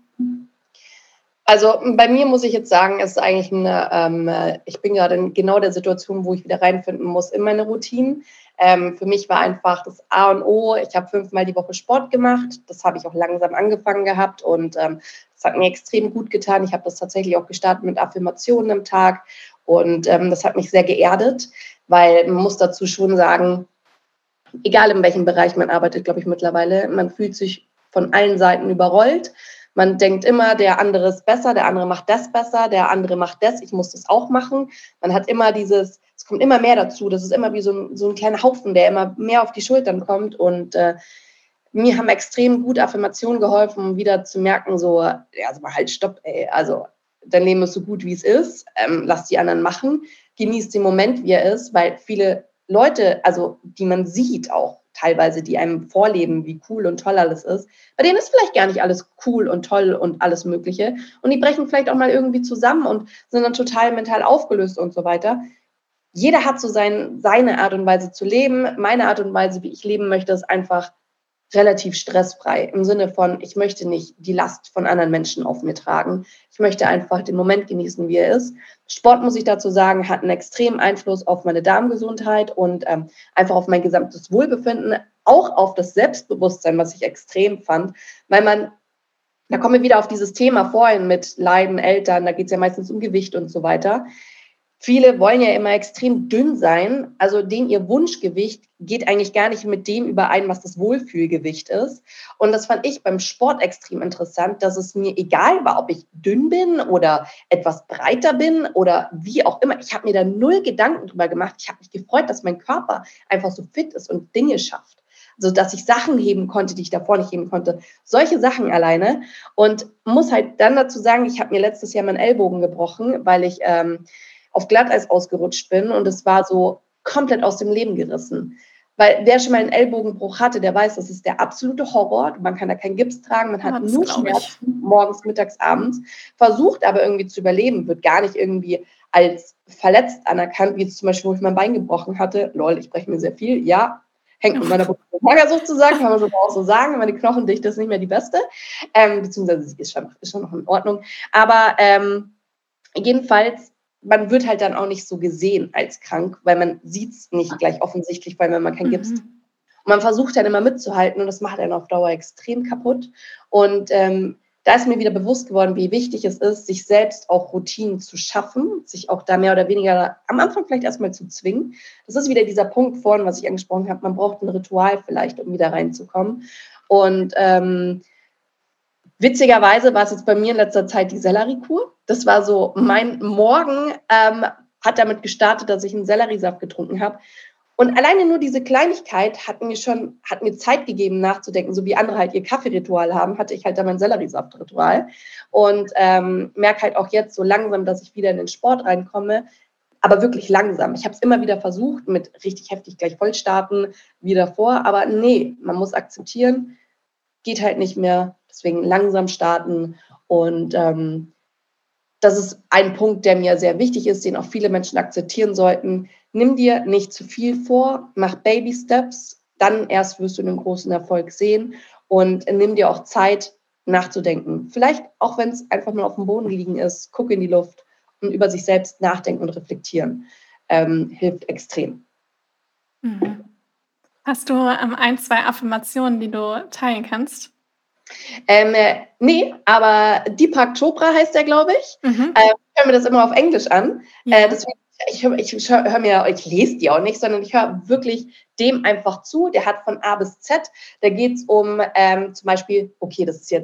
Also bei mir muss ich jetzt sagen, es ist eigentlich ich bin gerade in genau der Situation, wo ich wieder reinfinden muss in meine Routinen. Für mich war einfach das A und O, ich habe 5-mal die Woche Sport gemacht, das habe ich auch langsam angefangen gehabt und das hat mir extrem gut getan. Ich habe das tatsächlich auch gestartet mit Affirmationen am Tag und das hat mich sehr geerdet, weil man muss dazu schon sagen, egal in welchem Bereich man arbeitet, glaube ich mittlerweile, man fühlt sich von allen Seiten überrollt. Man denkt immer, der andere ist besser, der andere macht das besser, der andere macht das, ich muss das auch machen. Man hat immer es kommt immer mehr dazu. Das ist immer wie so ein kleiner Haufen, der immer mehr auf die Schultern kommt. Und mir haben extrem gut Affirmationen geholfen, um wieder zu merken, so, ja, also mal halt, stopp, ey, also dein Leben ist so gut, wie es ist, lass die anderen machen, genieß den Moment, wie er ist, weil viele Leute, also die man sieht auch, teilweise, die einem vorleben, wie cool und toll alles ist. Bei denen ist vielleicht gar nicht alles cool und toll und alles Mögliche. Und die brechen vielleicht auch mal irgendwie zusammen und sind dann total mental aufgelöst und so weiter. Jeder hat so seine Art und Weise zu leben. Meine Art und Weise, wie ich leben möchte, ist einfach relativ stressfrei im Sinne von, ich möchte nicht die Last von anderen Menschen auf mir tragen. Ich möchte einfach den Moment genießen, wie er ist. Sport, muss ich dazu sagen, hat einen extremen Einfluss auf meine Darmgesundheit und einfach auf mein gesamtes Wohlbefinden, auch auf das Selbstbewusstsein, was ich extrem fand, weil da kommen wir wieder auf dieses Thema vorhin mit Leiden, Eltern, da geht es ja meistens um Gewicht und so weiter. Viele wollen ja immer extrem dünn sein, also ihr Wunschgewicht geht eigentlich gar nicht mit dem überein, was das Wohlfühlgewicht ist. Und das fand ich beim Sport extrem interessant, dass es mir egal war, ob ich dünn bin oder etwas breiter bin oder wie auch immer. Ich habe mir da null Gedanken drüber gemacht. Ich habe mich gefreut, dass mein Körper einfach so fit ist und Dinge schafft. Also, dass ich Sachen heben konnte, die ich davor nicht heben konnte. Solche Sachen alleine. Und muss halt dann dazu sagen, ich habe mir letztes Jahr meinen Ellbogen gebrochen, weil ich auf Glatteis ausgerutscht bin und es war so komplett aus dem Leben gerissen. Weil wer schon mal einen Ellbogenbruch hatte, der weiß, das ist der absolute Horror. Man kann da keinen Gips tragen, man hat nur Schmerzen, morgens, mittags, abends, versucht aber irgendwie zu überleben, wird gar nicht irgendwie als verletzt anerkannt, wie jetzt zum Beispiel, wo ich mein Bein gebrochen hatte. Lol, ich breche mir sehr viel, ja, hängt mit meiner Magersucht zusammen, kann man sogar auch so sagen. Meine Knochendichte ist nicht mehr die beste, beziehungsweise sie ist schon noch in Ordnung. Aber jedenfalls, man wird halt dann auch nicht so gesehen als krank, weil man sieht es nicht gleich offensichtlich, weil wenn man kein Gips trägt. Und man versucht dann immer mitzuhalten und das macht einen auf Dauer extrem kaputt. Und da ist mir wieder bewusst geworden, wie wichtig es ist, sich selbst auch Routinen zu schaffen, sich auch da mehr oder weniger am Anfang vielleicht erstmal zu zwingen. Das ist wieder dieser Punkt vorhin, was ich angesprochen habe, man braucht ein Ritual vielleicht, um wieder reinzukommen. Und witzigerweise war es jetzt bei mir in letzter Zeit die Selleriekur. Das war so, mein Morgen hat damit gestartet, dass ich einen Selleriesaft getrunken habe. Und alleine nur diese Kleinigkeit hat mir Zeit gegeben, nachzudenken. So wie andere halt ihr Kaffeeritual haben, hatte ich halt da mein Selleriesaftritual. Und merke halt auch jetzt so langsam, dass ich wieder in den Sport reinkomme. Aber wirklich langsam. Ich habe es immer wieder versucht, mit richtig heftig gleich voll starten, wie davor. Aber nee, man muss akzeptieren, geht halt nicht mehr. Deswegen langsam starten. Und das ist ein Punkt, der mir sehr wichtig ist, den auch viele Menschen akzeptieren sollten. Nimm dir nicht zu viel vor, mach Baby Steps, dann erst wirst du einen großen Erfolg sehen und nimm dir auch Zeit nachzudenken. Vielleicht auch, wenn es einfach nur auf dem Boden liegen ist, guck in die Luft und über sich selbst nachdenken und reflektieren. Hilft extrem. Mhm. Hast du 1, 2 Affirmationen, die du teilen kannst? Nee, aber Deepak Chopra heißt der, glaube ich. Ich höre mir das immer auf Englisch an. Ja. Deswegen, ich lese die auch nicht, sondern ich höre wirklich dem einfach zu. Der hat von A bis Z, da geht es um zum Beispiel, okay,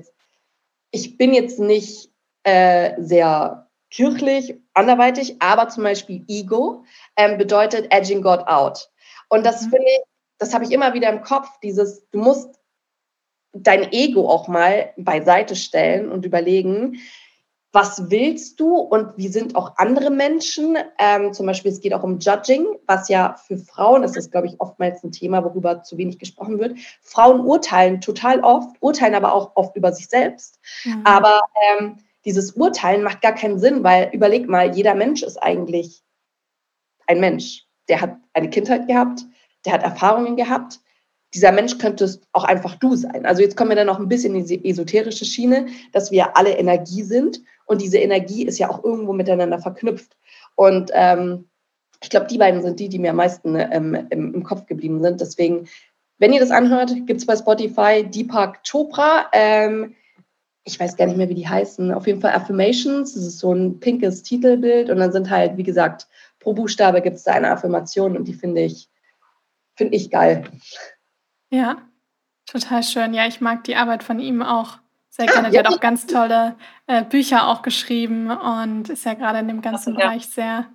ich bin jetzt nicht sehr kirchlich, anderweitig, aber zum Beispiel Ego bedeutet edging God out. Und das finde ich, das habe ich immer wieder im Kopf, du musst dein Ego auch mal beiseite stellen und überlegen, was willst du und wie sind auch andere Menschen? Zum Beispiel, es geht auch um Judging, was ja für Frauen, das ist, glaube ich, oftmals ein Thema, worüber zu wenig gesprochen wird. Frauen urteilen total oft, urteilen aber auch oft über sich selbst. Aber dieses Urteilen macht gar keinen Sinn, weil überleg mal, jeder Mensch ist eigentlich ein Mensch. Der hat eine Kindheit gehabt, der hat Erfahrungen gehabt. Dieser Mensch könnte auch einfach du sein. Also jetzt kommen wir dann noch ein bisschen in die esoterische Schiene, dass wir alle Energie sind und diese Energie ist ja auch irgendwo miteinander verknüpft. Und ich glaube, die beiden sind die mir am meisten im Kopf geblieben sind. Deswegen, wenn ihr das anhört, gibt es bei Spotify Deepak Chopra. Ich weiß gar nicht mehr, wie die heißen. Auf jeden Fall Affirmations. Das ist so ein pinkes Titelbild und dann sind halt, wie gesagt, pro Buchstabe gibt es da eine Affirmation und die finde ich geil. Ja, total schön. Ja, ich mag die Arbeit von ihm auch sehr gerne. Der hat auch ganz tolle Bücher auch geschrieben und ist ja gerade in dem ganzen Bereich sehr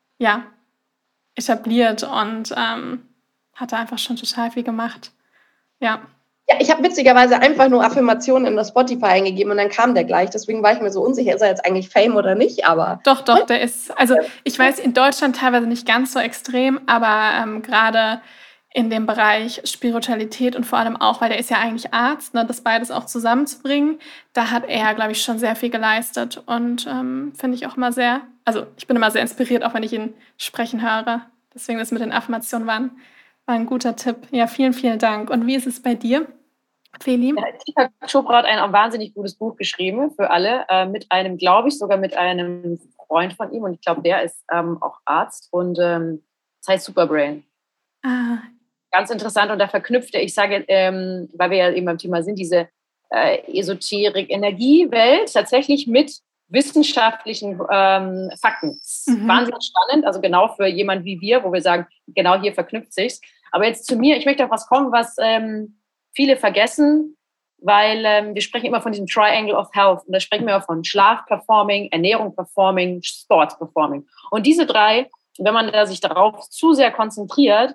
etabliert und hat da einfach schon total viel gemacht. Ja. Ja, ich habe witzigerweise einfach nur Affirmationen in das Spotify eingegeben und dann kam der gleich. Deswegen war ich mir so unsicher, ist er jetzt eigentlich Fame oder nicht, aber... Doch, der ist... Also ich weiß, in Deutschland teilweise nicht ganz so extrem, aber gerade in dem Bereich Spiritualität und vor allem auch, weil der ist ja eigentlich Arzt, ne, das beides auch zusammenzubringen, da hat er, glaube ich, schon sehr viel geleistet und finde ich auch immer sehr... Also ich bin immer sehr inspiriert, auch wenn ich ihn sprechen höre. Deswegen das mit den Affirmationen war ein guter Tipp. Ja, vielen, vielen Dank. Und wie ist es bei dir? Feli? Deepak Chopra hat ein wahnsinnig gutes Buch geschrieben für alle, mit einem, glaube ich, sogar mit einem Freund von ihm. Und ich glaube, der ist auch Arzt. Und das heißt Superbrain. Ah. Ganz interessant. Und da verknüpft er, ich sage, weil wir ja eben beim Thema sind, diese Esoterik-Energiewelt tatsächlich mit wissenschaftlichen Fakten. Wahnsinnig spannend, also genau für jemand wie wir, wo wir sagen, genau hier verknüpft sich's. Aber jetzt zu mir, ich möchte auf was kommen, was viele vergessen, weil wir sprechen immer von diesem Triangle of Health und da sprechen wir von Schlaf Performing, Ernährung Performing, Sport Performing. Und diese drei, wenn man da sich darauf zu sehr konzentriert,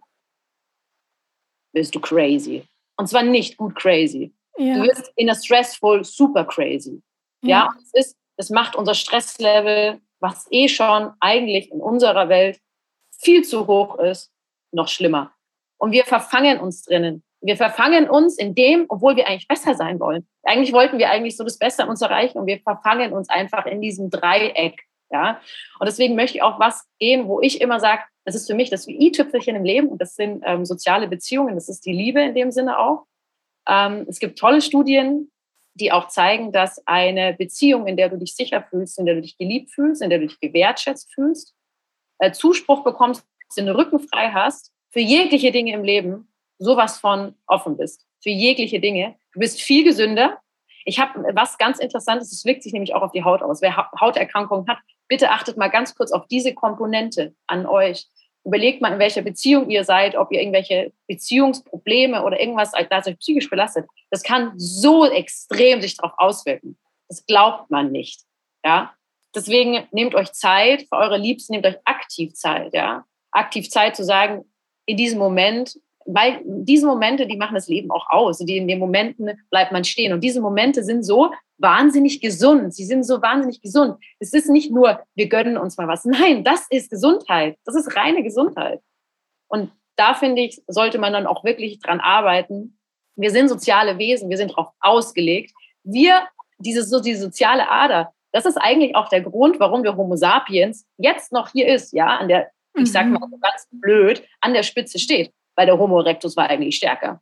bist du crazy. Und zwar nicht gut crazy. Ja. Du wirst in a stressful super crazy. Ja, und das macht unser Stresslevel, was schon eigentlich in unserer Welt viel zu hoch ist, noch schlimmer. Und wir verfangen uns drinnen. Wir verfangen uns in dem, obwohl wir eigentlich besser sein wollen. Eigentlich wollten wir eigentlich so das Beste an uns erreichen und wir verfangen uns einfach in diesem Dreieck. Ja? Und deswegen möchte ich auch was gehen, wo ich immer sage, das ist für mich das i-Tüpfelchen im Leben und das sind soziale Beziehungen, das ist die Liebe in dem Sinne auch. Es gibt tolle Studien, die auch zeigen, dass eine Beziehung, in der du dich sicher fühlst, in der du dich geliebt fühlst, in der du dich gewertschätzt fühlst, Zuspruch bekommst, den Rücken frei hast, für jegliche Dinge im Leben sowas von offen bist. Für jegliche Dinge. Du bist viel gesünder. Ich habe was ganz Interessantes, das wirkt sich nämlich auch auf die Haut aus. Wer Hauterkrankungen hat, bitte achtet mal ganz kurz auf diese Komponente an euch. Überlegt mal, in welcher Beziehung ihr seid, ob ihr irgendwelche Beziehungsprobleme oder irgendwas, das euch psychisch belastet. Das kann so extrem sich darauf auswirken. Das glaubt man nicht. Ja? Deswegen nehmt euch Zeit für eure Liebsten, nehmt euch aktiv Zeit. Ja? Aktiv Zeit zu sagen, in diesem Moment, weil diese Momente, die machen das Leben auch aus. Und in den Momenten bleibt man stehen. Und diese Momente sind so wahnsinnig gesund. Sie sind so wahnsinnig gesund. Es ist nicht nur, wir gönnen uns mal was. Nein, das ist Gesundheit. Das ist reine Gesundheit. Und da, finde ich, sollte man dann auch wirklich dran arbeiten. Wir sind soziale Wesen. Wir sind darauf ausgelegt. Diese soziale Ader, das ist eigentlich auch der Grund, warum der Homo sapiens jetzt noch hier ist, ja, an der, ich sag mal so ganz blöd, an der Spitze steht. Weil der Homo erectus war eigentlich stärker.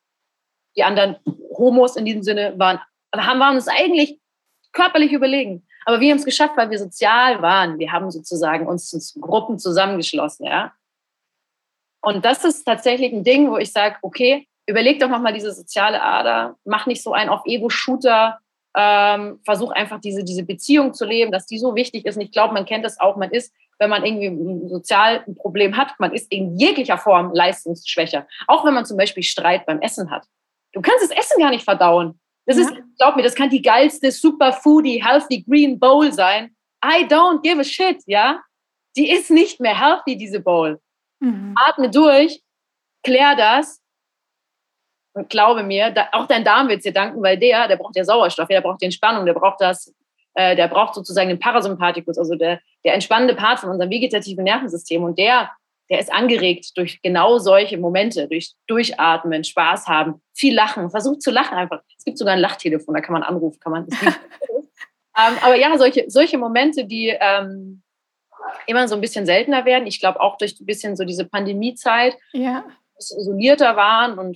Die anderen Homos in diesem Sinne waren uns eigentlich körperlich überlegen. Aber wir haben es geschafft, weil wir sozial waren. Wir haben sozusagen uns zu Gruppen zusammengeschlossen. Ja? Und das ist tatsächlich ein Ding, wo ich sage, okay, überleg doch nochmal diese soziale Ader, mach nicht so einen auf Ego-Shooter, versuch einfach diese Beziehung zu leben, dass die so wichtig ist. Und ich glaube, man kennt das auch, man ist, wenn man irgendwie ein soziales Problem hat, man ist in jeglicher Form leistungsschwächer. Auch wenn man zum Beispiel Streit beim Essen hat. Du kannst das Essen gar nicht verdauen. Das ist, glaub mir, das kann die geilste, super foodie, healthy green Bowl sein. I don't give a shit, ja? Die ist nicht mehr healthy, diese Bowl. Atme durch, klär das und glaube mir, auch dein Darm wird dir danken, weil der braucht ja Sauerstoff, der braucht die Entspannung, der braucht sozusagen den Parasympathikus, also der entspannende Part von unserem vegetativen Nervensystem. Und der ist angeregt durch genau solche Momente, durch Durchatmen, Spaß haben, viel Lachen. Versucht zu lachen einfach. Es gibt sogar ein Lachtelefon, da kann man anrufen, aber ja, solche Momente, die immer so ein bisschen seltener werden. Ich glaube auch durch ein bisschen so diese Pandemiezeit, ein bisschen isolierter waren und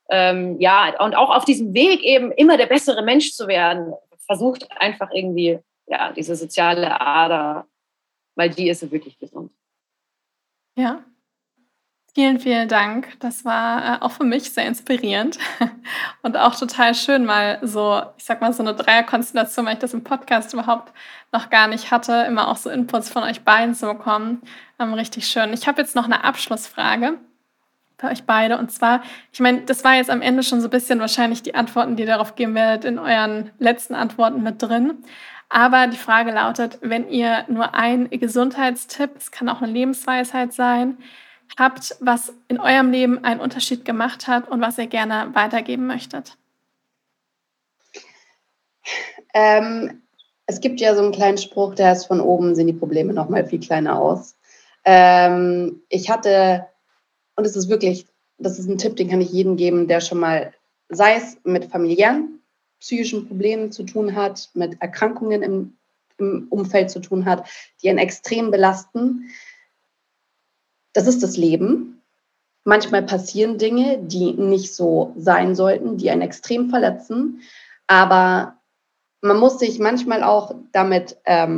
und auch auf diesem Weg eben immer der bessere Mensch zu werden, versucht einfach irgendwie, diese soziale Ader, weil die ist wirklich gesund. Ja, vielen, vielen Dank. Das war auch für mich sehr inspirierend und auch total schön, mal so, ich sag mal, so eine Dreierkonstellation, weil ich das im Podcast überhaupt noch gar nicht hatte, immer auch so Inputs von euch beiden zu bekommen. Richtig schön. Ich habe jetzt noch eine Abschlussfrage für euch beide. Und zwar, ich meine, das war jetzt am Ende schon so ein bisschen wahrscheinlich die Antworten, die ihr darauf geben werdet, in euren letzten Antworten mit drin. Aber die Frage lautet, wenn ihr nur einen Gesundheitstipp, es kann auch eine Lebensweisheit sein, habt, was in eurem Leben einen Unterschied gemacht hat und was ihr gerne weitergeben möchtet. Es gibt ja so einen kleinen Spruch, der ist von oben, sehen die Probleme noch mal viel kleiner aus. Ich hatte, und es ist wirklich, das ist ein Tipp, den kann ich jedem geben, der schon mal, sei es mit familiären, psychischen Problemen zu tun hat, mit Erkrankungen im Umfeld zu tun hat, die einen extrem belasten. Das ist das Leben. Manchmal passieren Dinge, die nicht so sein sollten, die einen extrem verletzen. Aber man muss sich manchmal auch damit,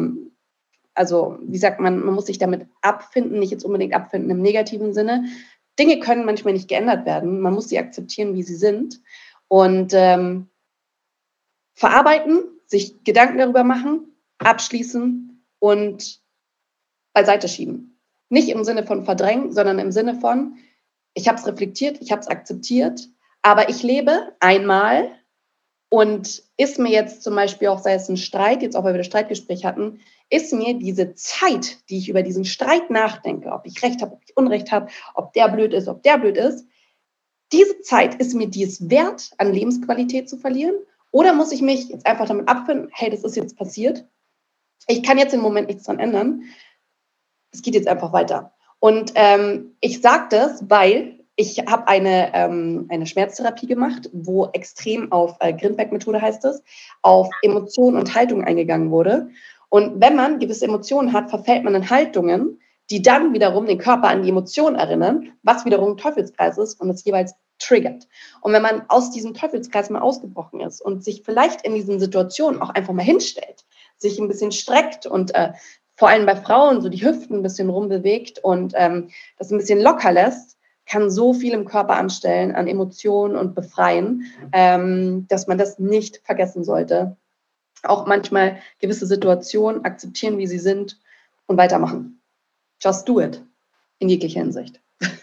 man muss sich damit abfinden, nicht jetzt unbedingt abfinden im negativen Sinne. Dinge können manchmal nicht geändert werden. Man muss sie akzeptieren, wie sie sind. Und verarbeiten, sich Gedanken darüber machen, abschließen und beiseite schieben. Nicht im Sinne von verdrängen, sondern im Sinne von, ich habe es reflektiert, ich habe es akzeptiert, aber ich lebe einmal und ist mir jetzt zum Beispiel auch, sei es ein Streit, jetzt auch weil wir das Streitgespräch hatten, ist mir diese Zeit, die ich über diesen Streit nachdenke, ob ich Recht habe, ob ich Unrecht habe, ob der blöd ist, ob der blöd ist, diese Zeit ist mir dies wert, an Lebensqualität zu verlieren? Oder muss ich mich jetzt einfach damit abfinden, hey, das ist jetzt passiert, ich kann jetzt im Moment nichts dran ändern, es geht jetzt einfach weiter. Und ich sage das, weil ich habe eine Schmerztherapie gemacht, wo extrem auf Grindberg-Methode heißt es, auf Emotionen und Haltung eingegangen wurde. Und wenn man gewisse Emotionen hat, verfällt man in Haltungen, die dann wiederum den Körper an die Emotionen erinnern, was wiederum ein Teufelskreis ist und es jeweils triggert. Und wenn man aus diesem Teufelskreis mal ausgebrochen ist und sich vielleicht in diesen Situationen auch einfach mal hinstellt, sich ein bisschen streckt und vor allem bei Frauen so die Hüften ein bisschen rumbewegt und das ein bisschen locker lässt, kann so viel im Körper anstellen an Emotionen und befreien, dass man das nicht vergessen sollte. Auch manchmal gewisse Situationen akzeptieren, wie sie sind und weitermachen. Just do it. In jeglicher Hinsicht.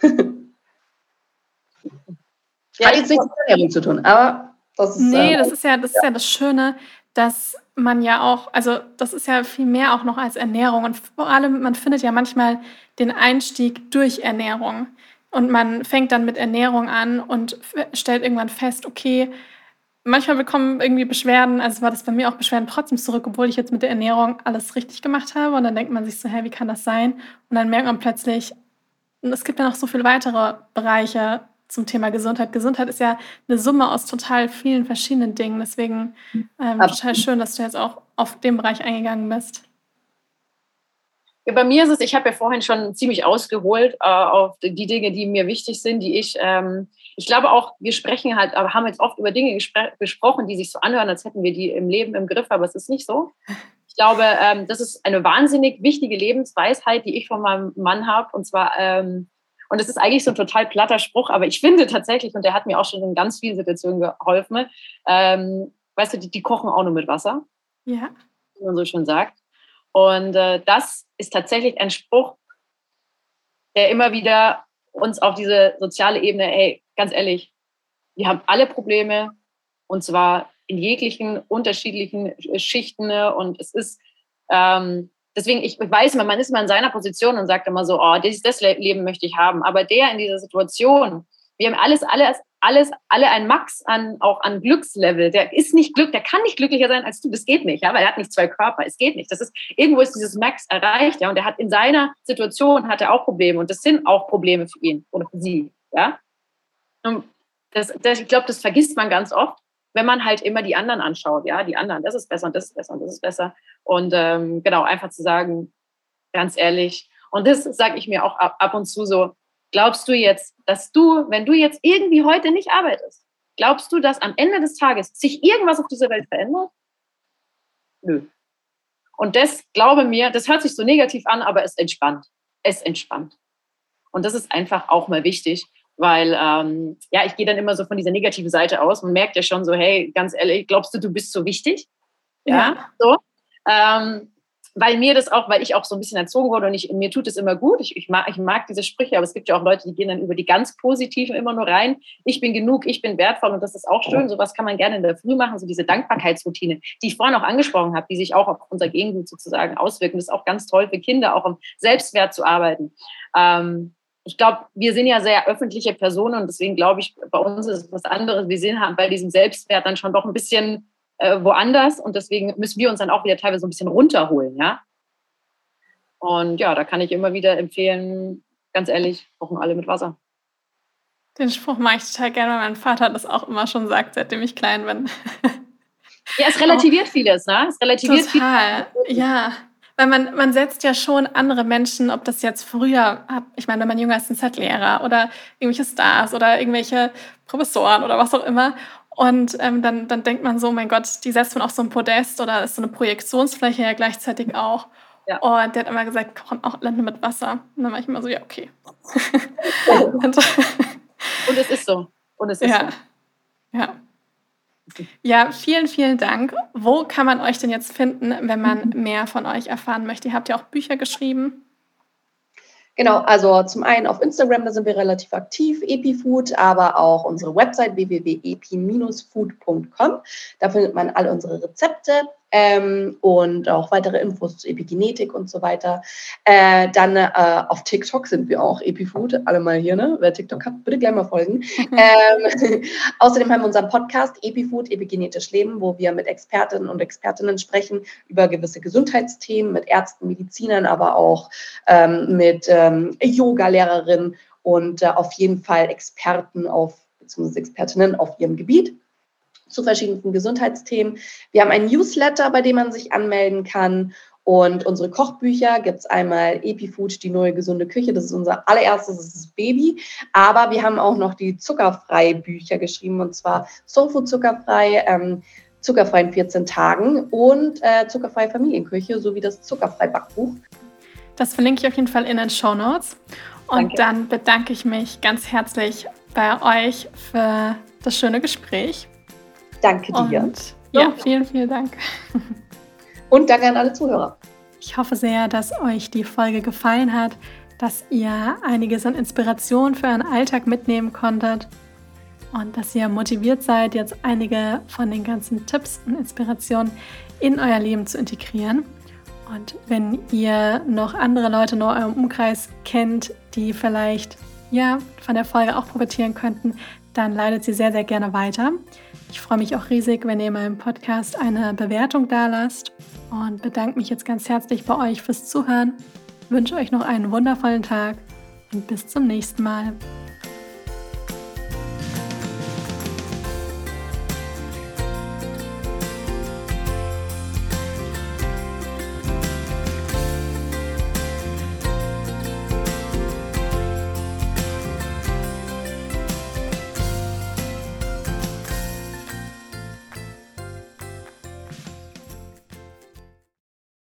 Hat jetzt nichts mit Ernährung zu tun, aber das ist... Nee, das ist ja das Schöne, dass man ja auch, also das ist ja viel mehr auch noch als Ernährung und vor allem, man findet ja manchmal den Einstieg durch Ernährung und man fängt dann mit Ernährung an und stellt irgendwann fest, okay, manchmal bekommen irgendwie Beschwerden, also war das bei mir auch Beschwerden trotzdem zurück, obwohl ich jetzt mit der Ernährung alles richtig gemacht habe und dann denkt man sich so, hey, wie kann das sein? Und dann merkt man plötzlich, es gibt ja noch so viele weitere Bereiche zum Thema Gesundheit. Gesundheit ist ja eine Summe aus total vielen verschiedenen Dingen. Deswegen total schön, dass du jetzt auch auf den Bereich eingegangen bist. Ja, bei mir ist es, ich habe ja vorhin schon ziemlich ausgeholt auf die Dinge, die mir wichtig sind, die ich glaube auch, wir sprechen halt, aber haben jetzt oft über Dinge gesprochen, die sich so anhören, als hätten wir die im Leben im Griff, aber es ist nicht so. Ich glaube, das ist eine wahnsinnig wichtige Lebensweisheit, die ich von meinem Mann habe. Und zwar, und es ist eigentlich so ein total platter Spruch, aber ich finde tatsächlich, und der hat mir auch schon in ganz vielen Situationen geholfen, weißt du, die kochen auch nur mit Wasser. Ja. Wie man so schön sagt. Und das ist tatsächlich ein Spruch, der immer wieder uns auf diese soziale Ebene, hey, ganz ehrlich, wir haben alle Probleme und zwar in jeglichen unterschiedlichen Schichten und es ist, deswegen, ich weiß, man ist mal in seiner Position und sagt immer so, oh, das Leben möchte ich haben, aber der in dieser Situation, wir haben alle ein Max auch an Glückslevel. Der ist nicht der kann nicht glücklicher sein als du. Das geht nicht, ja, weil er hat nicht zwei Körper. Es geht nicht. Irgendwo ist dieses Max erreicht, ja, und er hat in seiner Situation hat er auch Probleme und das sind auch Probleme für ihn oder für sie, ja. Und ich glaube, das vergisst man ganz oft, wenn man halt immer die anderen anschaut, ja, die anderen, das ist besser und das ist besser und das ist besser und genau, einfach zu sagen, ganz ehrlich, und das sage ich mir auch ab und zu so, glaubst du jetzt, dass wenn du jetzt irgendwie heute nicht arbeitest, glaubst du, dass am Ende des Tages sich irgendwas auf dieser Welt verändert? Nö. Und das, glaube mir, das hört sich so negativ an, aber es entspannt. Es entspannt. Und das ist einfach auch mal wichtig, weil, ich gehe dann immer so von dieser negativen Seite aus. Man merkt ja schon so, hey, ganz ehrlich, glaubst du bist so wichtig? Ja. So. Weil ich auch so ein bisschen erzogen wurde und mir tut es immer gut. Ich mag diese Sprüche, aber es gibt ja auch Leute, die gehen dann über die ganz Positiven immer nur rein. Ich bin genug, ich bin wertvoll und das ist auch schön. Sowas kann man gerne in der Früh machen, so diese Dankbarkeitsroutine, die ich vorhin auch angesprochen habe, die sich auch auf unser Gegengut sozusagen auswirken. Das ist auch ganz toll für Kinder, auch am Selbstwert zu arbeiten. Ich glaube, wir sind ja sehr öffentliche Personen und deswegen glaube ich, bei uns ist es was anderes. Wir sind bei diesem Selbstwert dann schon doch ein bisschen woanders und deswegen müssen wir uns dann auch wieder teilweise so ein bisschen runterholen, ja. Und ja, da kann ich immer wieder empfehlen, ganz ehrlich, kochen alle mit Wasser. Den Spruch mag ich total gerne, weil mein Vater das auch immer schon sagt, seitdem ich klein bin. Ja, es relativiert vieles, ne? Es relativiert total, ja. Weil man setzt ja schon andere Menschen, ob das jetzt früher, ich meine, wenn man jünger ist, ein Set-Lehrer oder irgendwelche Stars oder irgendwelche Professoren oder was auch immer. Und dann denkt man so, mein Gott, die setzt man auf so ein Podest oder ist so eine Projektionsfläche ja gleichzeitig auch. Ja. Und der hat immer gesagt, kochen auch alle mit Wasser. Und dann war ich immer so, ja, okay. Und es ist so. Ja. Ja, vielen, vielen Dank. Wo kann man euch denn jetzt finden, wenn man mehr von euch erfahren möchte? Ihr habt ja auch Bücher geschrieben. Genau, also zum einen auf Instagram, da sind wir relativ aktiv, EpiFood, aber auch unsere Website www.epi-food.com. Da findet man all unsere Rezepte und auch weitere Infos zu Epigenetik und so weiter. Dann auf TikTok sind wir auch, EpiFood, alle mal hier, ne? Wer TikTok hat, bitte gleich mal folgen. Außerdem haben wir unseren Podcast EpiFood, Epigenetisch Leben, wo wir mit Expertinnen und Expertinnen sprechen über gewisse Gesundheitsthemen, mit Ärzten, Medizinern, aber auch mit Yoga-Lehrerinnen und auf jeden Fall Experten beziehungsweise Expertinnen auf ihrem Gebiet zu verschiedenen Gesundheitsthemen. Wir haben einen Newsletter, bei dem man sich anmelden kann. Und unsere Kochbücher gibt es einmal EpiFood, die neue gesunde Küche. Das ist unser allererstes, das ist Baby. Aber wir haben auch noch die Zuckerfrei-Bücher geschrieben, und zwar Soulfood zuckerfrei, zuckerfrei in 14 Tagen und zuckerfreie Familienküche sowie das Zuckerfrei-Backbuch. Das verlinke ich auf jeden Fall in den Shownotes. Und Danke. Dann bedanke ich mich ganz herzlich bei euch für das schöne Gespräch. Danke dir. Und ja, vielen, vielen Dank. Und danke an alle Zuhörer. Ich hoffe sehr, dass euch die Folge gefallen hat, dass ihr einiges an Inspiration für euren Alltag mitnehmen konntet und dass ihr motiviert seid, jetzt einige von den ganzen Tipps und Inspirationen in euer Leben zu integrieren. Und wenn ihr noch andere Leute in eurem Umkreis kennt, die vielleicht von der Folge auch profitieren könnten, dann leitet sie sehr, sehr gerne weiter. Ich freue mich auch riesig, wenn ihr meinem Podcast eine Bewertung dalasst und bedanke mich jetzt ganz herzlich bei euch fürs Zuhören. Ich wünsche euch noch einen wundervollen Tag und bis zum nächsten Mal.